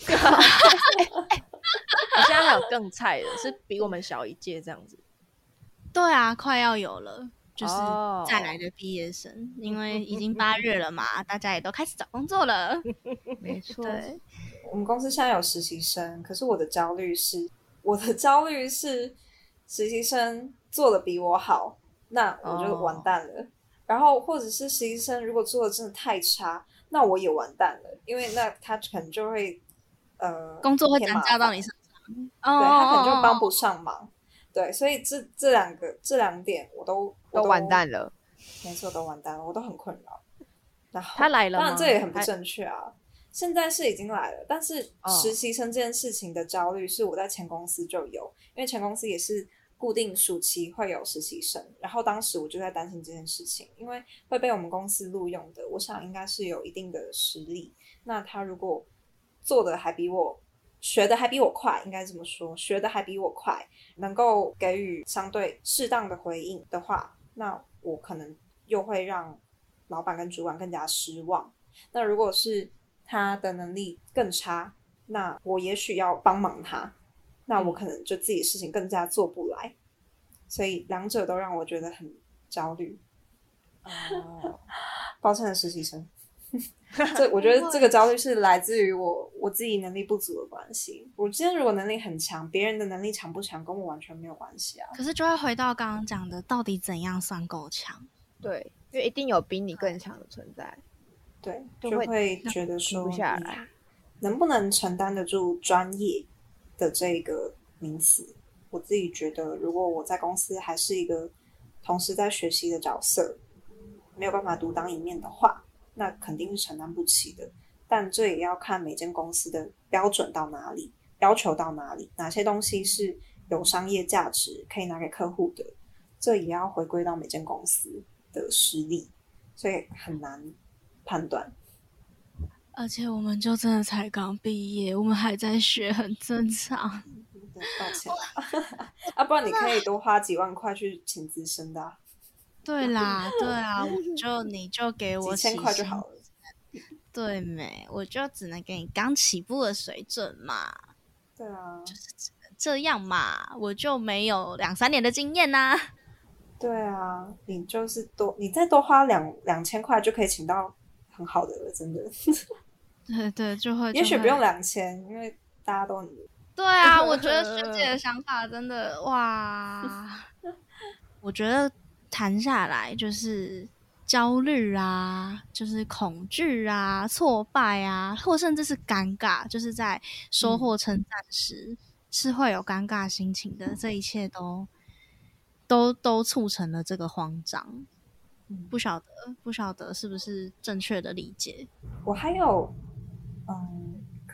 我现在还有更菜的，是比我们小一届这样子。 对啊，快要有了，就是再来的毕业生，哦、因为已经八月了嘛，大家也都开始找工作了。 没错， 对，我们公司现在有实习生，可是我的焦虑是，我的焦虑是实习生做的比我好。那我就完蛋了、oh. 然后或者是实习生如果做的真的太差，那我也完蛋了，因为那他可能就会呃工作会转嫁到你身上， 哦，对，他可能就帮不上忙，对，所以这这两个这两点我都都完蛋了， 没错，都完蛋了，我都很困扰。然后他来了吗？ 当然这也很不正确啊，现在是已经来了，但是实习生这件事情的焦虑是我在前公司就有，因为前公司也是固定暑期会有实习生，然后当时我就在担心这件事情，因为会被我们公司录用的，我想应该是有一定的实力，那他如果做的还比我学的还比我快，应该这么说，学的还比我快，能够给予相对适当的回应的话，那我可能又会让老板跟主管更加失望。那如果是他的能力更差，那我也许要帮忙他，那我可能就自己的事情更加做不来，所以两者都让我觉得很焦虑。哦，抱歉的实习生，这我觉得这个焦虑是来自于我我自己能力不足的关系。我今天如果能力很强，别人的能力强不强跟我完全没有关系啊。 可是就会回到刚刚讲的，到底怎样算够强？ 对，因为一定有比你更强的存在。 对，就会觉得说不下来， 能不能承担得住专业的这个名词，我自己觉得如果我在公司还是一个同时在学习的角色，没有办法独当一面的话，那肯定是承担不起的。但这也要看每间公司的标准到哪里，要求到哪里，哪些东西是有商业价值可以拿给客户的，这也要回归到每间公司的实力，所以很难判断。 而且我们就真的才刚毕业，我们还在学，很正常。 抱歉啊，不然你可以多花几万块去请资深的、啊。 对啦，对啊，我就你就给我几千块就好了。 对没？我就只能给你刚起步的水准嘛。 对啊， 就是只能这样嘛，我就没有两三年的经验呐、啊。 对啊，你就是多，你再多花两两千块就可以请到很好的了，真的。 对对，就会， 也许不用两千，因为大家都很。 对啊，我觉得学姐的想法真的哇，我觉得谈下来就是焦虑啊，就是恐惧啊，挫败啊，或甚至是尴尬，就是在收获称赞时、嗯、是会有尴尬心情的，这一切都都都促成了这个慌张。不晓得不晓得是不是正确的理解。 我还有嗯，可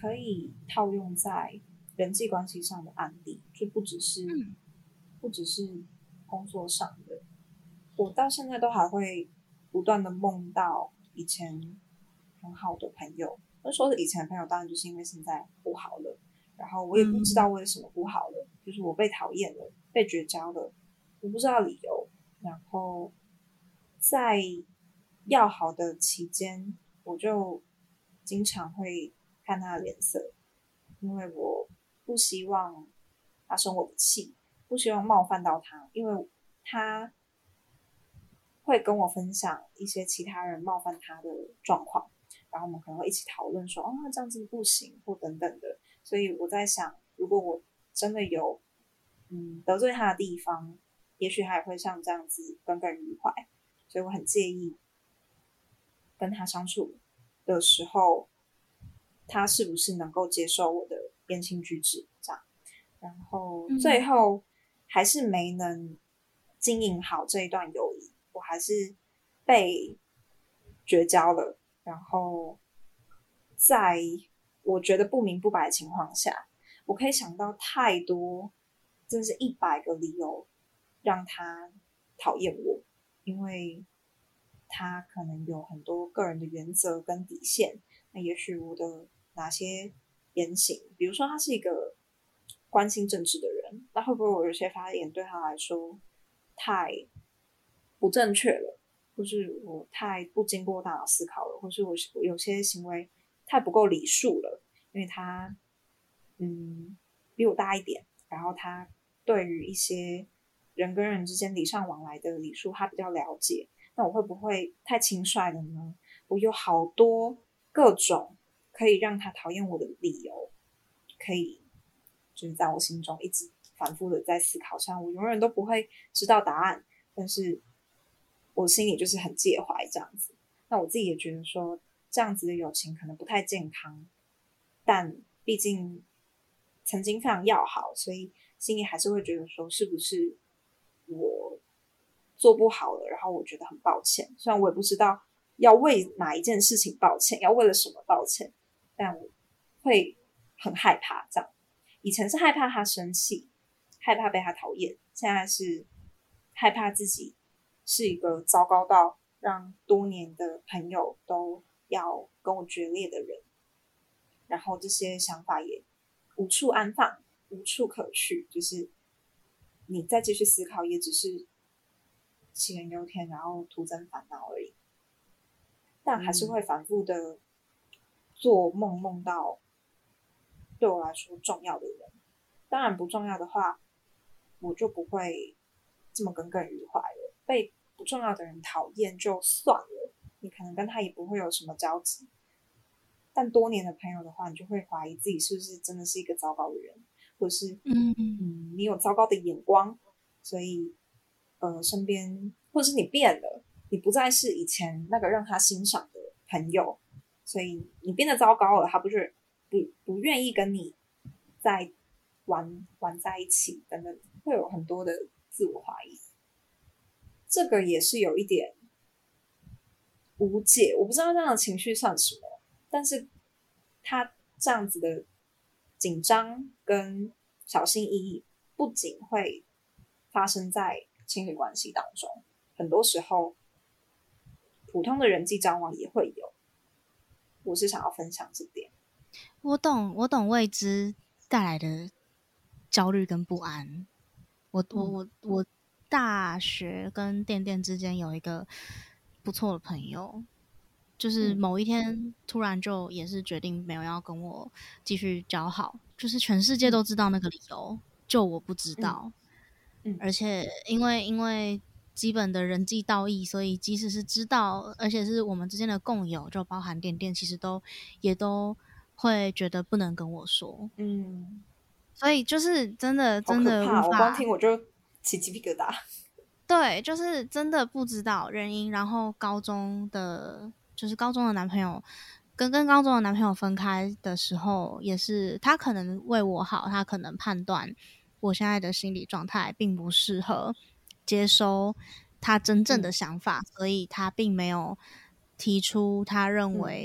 可以套用在人际关系上的案例，就不只是、嗯、不只是工作上的。我到现在都还会不断的梦到以前很好的朋友，那说是以前的朋友，当然就是因为现在不好了，然后我也不知道为什么不好了，嗯、就是我被讨厌了，被绝交了，我不知道理由。然后在要好的期间，我就经常会看他的脸色，因为我不希望他生我的气，不希望冒犯到他，因为他会跟我分享一些其他人冒犯他的状况，然后我们可能会一起讨论说，哦，这样子不行，或等等的。所以我在想，如果我真的有嗯得罪他的地方，也许他也会像这样子耿耿于怀。所以我很介意跟他相处的时候，他是不是能够接受我的言行举止这样。然后最后还是没能经营好这一段友谊，我还是被绝交了。然后在我觉得不明不白的情况下，我可以想到太多，真的是一百个理由让他讨厌我，因为他可能有很多个人的原则跟底线。那也许我的哪些言行，比如说他是一个关心政治的人，那会不会我有些发言对他来说太不正确了，或是我太不经过大脑思考了，或是我有些行为太不够礼数了，因为他嗯比我大一点，然后他对于一些人跟人之间礼尚往来的礼数他比较了解，那我会不会太轻率了呢？我有好多各种可以让他讨厌我的理由，可以就是在我心中一直反复的在思考上，我永远都不会知道答案，但是我心里就是很介怀这样子。那我自己也觉得说这样子的友情可能不太健康，但毕竟曾经非常要好，所以心里还是会觉得说是不是我做不好了，然后我觉得很抱歉。虽然我也不知道要为哪一件事情抱歉，要为了什么抱歉，但我会很害怕这样。以前是害怕他生气，害怕被他讨厌，现在是害怕自己是一个糟糕到让多年的朋友都要跟我决裂的人，然后这些想法也无处安放，无处可去，就是你再继续思考也只是杞人忧天，然后徒增烦恼而已。但还是会反复的做梦，梦到对我来说重要的人。当然不重要的话，我就不会这么耿耿于怀了。被不重要的人讨厌就算了，你可能跟他也不会有什么交集。但多年的朋友的话，你就会怀疑自己是不是真的是一个糟糕的人，或是嗯嗯你有糟糕的眼光，所以呃身边或者是你变了，你不再是以前那个让他欣赏的朋友，所以你变得糟糕了，他不是不不愿意跟你再玩玩在一起等等，会有很多的自我怀疑。这个也是有一点无解，我不知道这样的情绪算什么，但是他这样子的紧张跟小心翼翼，不仅会发生在情侣关系当中，很多时候普通的人际交往也会有。我是想要分享这点。 我懂，我懂未知带来的焦虑跟不安。我我我我大学跟店店之间有一个不错的朋友，就是某一天突然就也是决定没有要跟我继续交好，就是全世界都知道那个理由，就我不知道。 嗯， 而且因为因为基本的人际道义，所以即使是知道，而且是我们之间的共有，就包含店店，其实都也都会觉得不能跟我说。 嗯， 所以就是真的真的无法， 好可怕，我光听我就起鸡皮疙瘩。 对，就是真的不知道原因。然后高中的，就是高中的男朋友跟跟高中的男朋友分开的时候，也是他可能为我好，他可能判断我现在的心理状态并不适合接收他真正的想法，嗯、所以他并没有提出他认为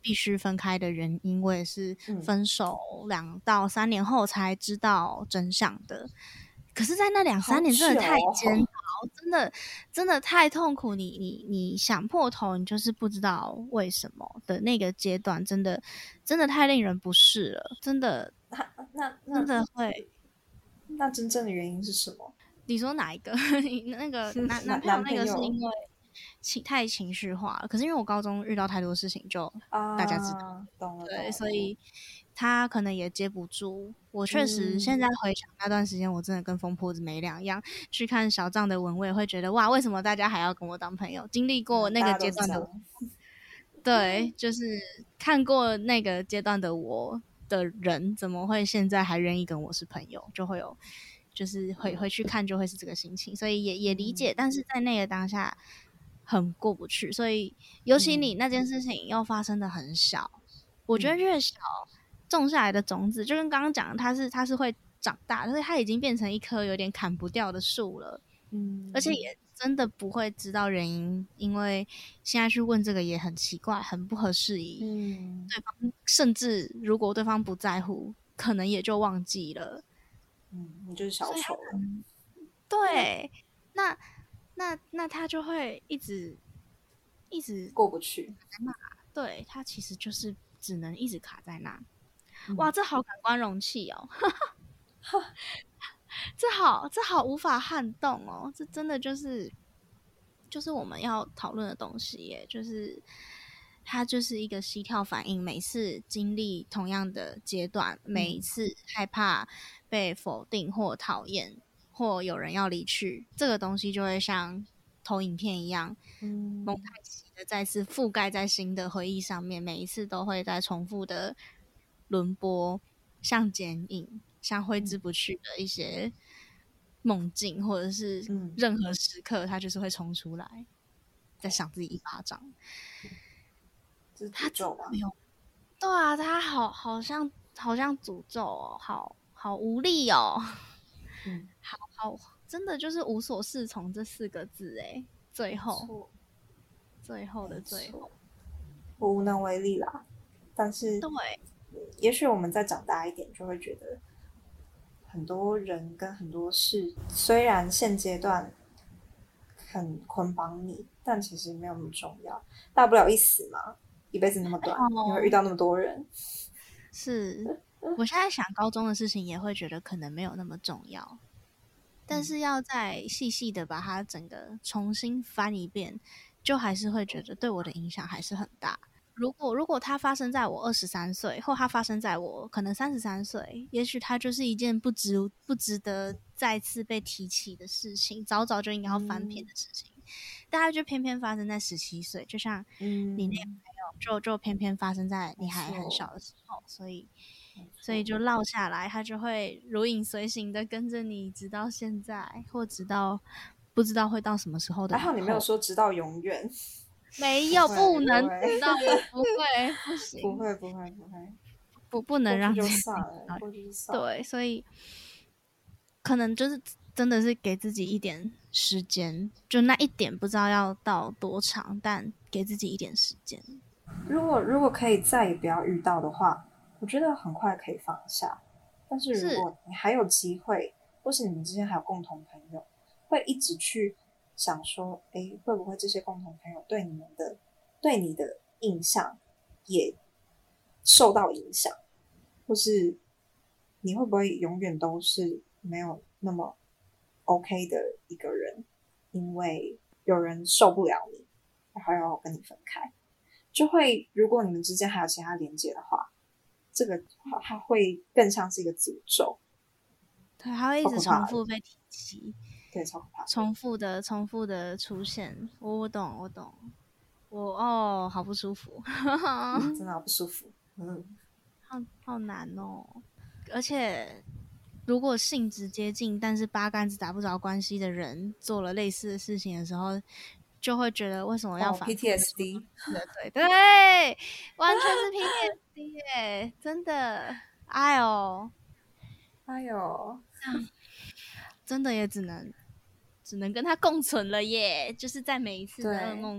必须分开的原因，我也是嗯分手两到三年后才知道真相的。可是，在那两三年真的太煎熬， 好真的真的太痛苦。你你你想破头，你就是不知道为什么的那个阶段，真的真的太令人不适了，真的那那那真的会。 那真正的原因是什么？ 你说哪一个？你那个男男朋友男那个是朋友因为情太情绪化了，可是因为我高中遇到太多事情就， 啊， 大家知道， 懂了，懂对， 了所以他可能也接不住。我确实嗯现在回想那段时间，我真的跟疯婆子没两样。去看小账的文，我也会觉得哇，为什么大家还要跟我当朋友？经历过那个阶段的我，对，就是看过那个阶段的我的人，怎么会现在还愿意跟我是朋友？就会有。就是回回去看就会是这个心情，所以也也理解，但是在那个当下很过不去，所以尤其你那件事情又发生的很小，我觉得越小种下来的种子，就跟刚刚讲的，它是它是会长大，所以它已经变成一棵有点砍不掉的树了，嗯，而且也真的不会知道原因，因为现在去问这个也很奇怪，很不合时宜，嗯，对方甚至如果对方不在乎，可能也就忘记了。 嗯，你就是小丑了。 对，那那那他就会一直一直过不去。 对，他其实就是只能一直卡在那。嗯、哇，这好感官容器哦，这好这好无法撼动哦，这真的就是就是我们要讨论的东西耶，就是它就是一个膝跳反应，每次经历同样的阶段，每一次害怕被否定或讨厌，或有人要离去，这个东西就会像投影片一样，嗯，蒙太奇的再次覆盖在新的回忆上面，每一次都会在重复的轮播，像剪影，像挥之不去的一些梦境，或者是任何时刻，它就是会冲出来，再赏自己一巴掌。 这是诅咒吧？ 对啊，他好好像好像诅咒哦，好好无力哦，嗯，好好真的就是无所适从这四个字哎，最后最后的最后， 我无能为力啦。但是对， 也许我们再长大一点，就会觉得很多人跟很多事，虽然现阶段很捆绑你，但其实没有那么重要，大不了一死嘛。一辈子那么短，哦、你会遇到那么多人。 是，我现在想高中的事情，也会觉得可能没有那么重要，但是要再细细的把它整个重新翻一遍，就还是会觉得对我的影响还是很大。如果如果它发生在我二十三岁，或它发生在我可能三十三岁，也许它就是一件不值不值得再次被提起的事情，早早就应该要翻篇的事情。嗯、但它就偏偏发生在十七岁，就像你那个朋友，就就偏偏发生在你还很小的时候，所以所以就落下来，它就会如影随形的跟着你，直到现在，或直到不知道会到什么时候的。 还好你没有说直到永远。 没有，不, 不能知道，不会，不行， 不会，不会，不会， 不不能让过去就算了，过去就算了。 对，所以可能就是真的是给自己一点时间，就那一点不知道要到多长，但给自己一点时间。 如果如果可以再也不要遇到的话，我觉得很快可以放下。但是如果你还有机会，或是你们之间还有共同朋友，会一直去想说，哎，会不会这些共同朋友对你们的、对你的印象也受到影响，或是你会不会永远都是没有那么 OK 的一个人，因为有人受不了你，然后要跟你分开，就会如果你们之间还有其他连接的话，这个它会更像是一个诅咒， 对，它会一直重复被提起。 对，超可怕， 重复的重复的出现，我我懂我懂，我哦好不舒服、 嗯、真的好不舒服，嗯， 好好难哦，而且如果性质接近但是八竿子打不着关系的人做了类似的事情的时候，就会觉得为什么要反复、 哦、P T S D 对对对，完全是 P T S D 耶，真的，哎呦哎呦， 真的也只能只能跟他共存了耶，就是在每一次的噩梦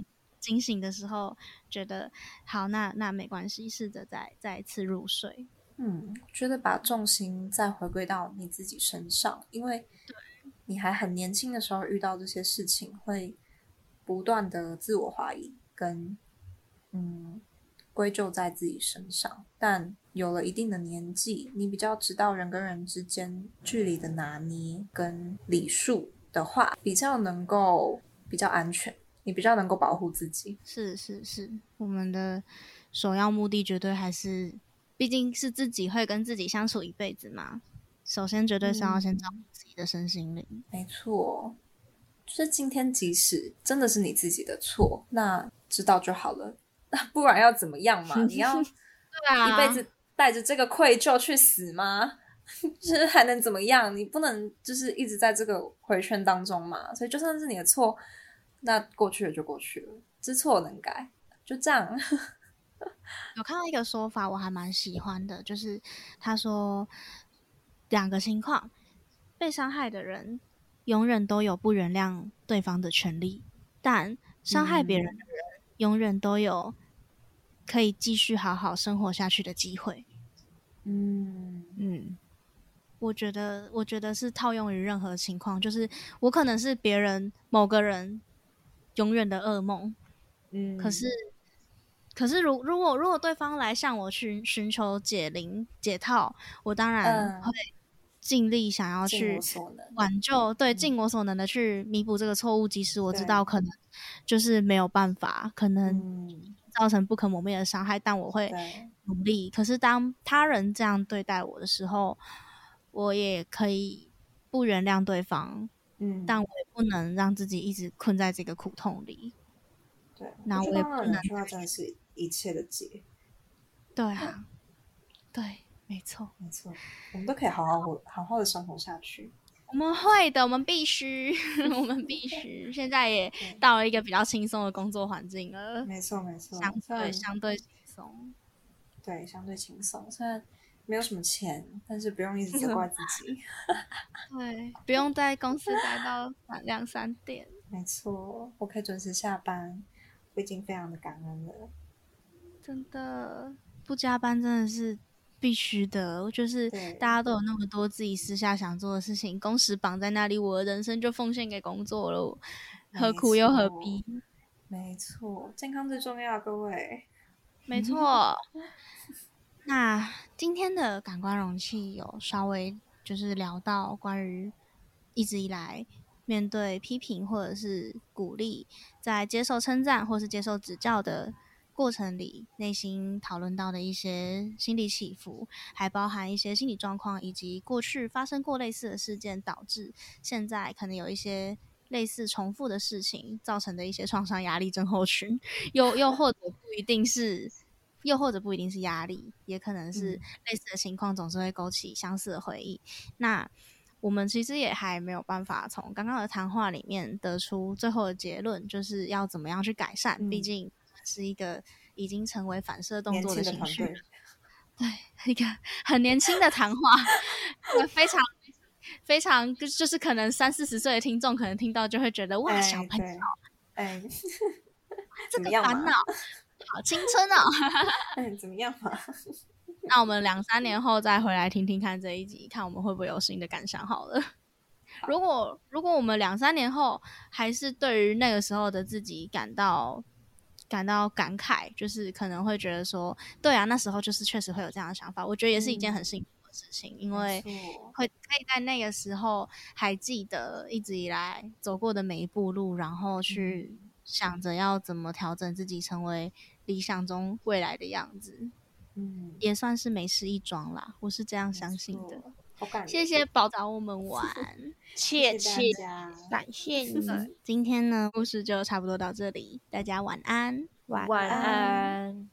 惊醒的时候觉得好，那那没关系，试着再再一次入睡。 嗯，觉得把重心再回归到你自己身上，因为你还很年轻的时候遇到这些事情，会不断的自我怀疑跟嗯归咎在自己身上。但有了一定的年纪，你比较知道人跟人之间距离的拿捏跟礼数的话，比较能够比较安全，你比较能够保护自己。 是是是，我们的首要目的绝对还是，毕竟是自己会跟自己相处一辈子嘛。首先绝对是要先照顾自己的身心灵。 嗯、没错，就是今天即使真的是你自己的错，那知道就好了。那不然要怎么样嘛？你要一辈子带着这个愧疚去死吗？就是还能怎么样？你不能就是一直在这个回圈当中嘛。所以就算是你的错，那过去了就过去了，知错能改，就这样。 有看到一个说法，我还蛮喜欢的，就是他说两个情况，被伤害的人永远都有不原谅对方的权利，但伤害别人的人、嗯、永远都有可以继续好好生活下去的机会。 嗯嗯，我觉得我觉得是套用于任何情况，就是我可能是别人某个人永远的噩梦， 嗯， 可是可是如如果如果对方来向我寻寻求解铃解套，我当然会尽力想要去挽救， 嗯、 对，尽我所能的去弥补这个错误，即使我知道可能就是没有办法，可能造成不可磨灭的伤害，但我会努力。可是当他人这样对待我的时候，我也可以不原谅对方， 嗯， 但我也不能让自己一直困在这个苦痛里。 对， 那我也不能说话真的是一切的结。 对啊，对，没错， 没错，我们都可以好好好好的生活下去。 我们会的，我们必须，我们必须。现在也到了一个比较轻松的工作环境了。 没错，没错， 相对相对轻松。 对，相对轻松。虽然没有什么钱，但是不用一直责怪自己。 对，不用在公司待到两三点。 没错，我可以准时下班，我已经非常的感恩了。 真的，不加班真的是必须的。就是大家都有那么多自己私下想做的事情，工时绑在那里，我的人生就奉献给工作了，何苦又何必？ 没错，健康最重要，各位。 没错。那今天的感官容器有稍微就是聊到关于一直以来面对批评或者是鼓励，在接受称赞或是接受指教的过程里，内心讨论到的一些心理起伏，还包含一些心理状况，以及过去发生过类似的事件导致现在可能有一些类似重复的事情造成的一些创伤压力症候群，又又或者不一定是又或者不一定是压力，也可能是类似的情况总是会勾起相似的回忆。那我们其实也还没有办法从刚刚的谈话里面得出最后的结论，就是要怎么样去改善，嗯、毕竟是一个已经成为反射动作的情绪，对，一个很年轻的谈话，非常非常就是可能三四十岁的听众可能听到就会觉得哇，小朋友， 哎， 这个烦恼好青春哦， 哎，怎么样嘛？ 那我们两三年后再回来听听看这一集，看我们会不会有新的感想好了。好，如果如果我们两三年后还是对于那个时候的自己感到感到感慨，就是可能会觉得说，对啊，那时候就是确实会有这样的想法，我觉得也是一件很幸福的事情，嗯、因为会可以在那个时候还记得一直以来走过的每一步路，然后去想着要怎么调整自己，成为理想中未来的样子。嗯，也算是没事一桩啦，我是这样相信的。谢谢宝找我们玩， 谢谢感谢你。 今天呢，故事就差不多到这里，大家晚安， 晚安。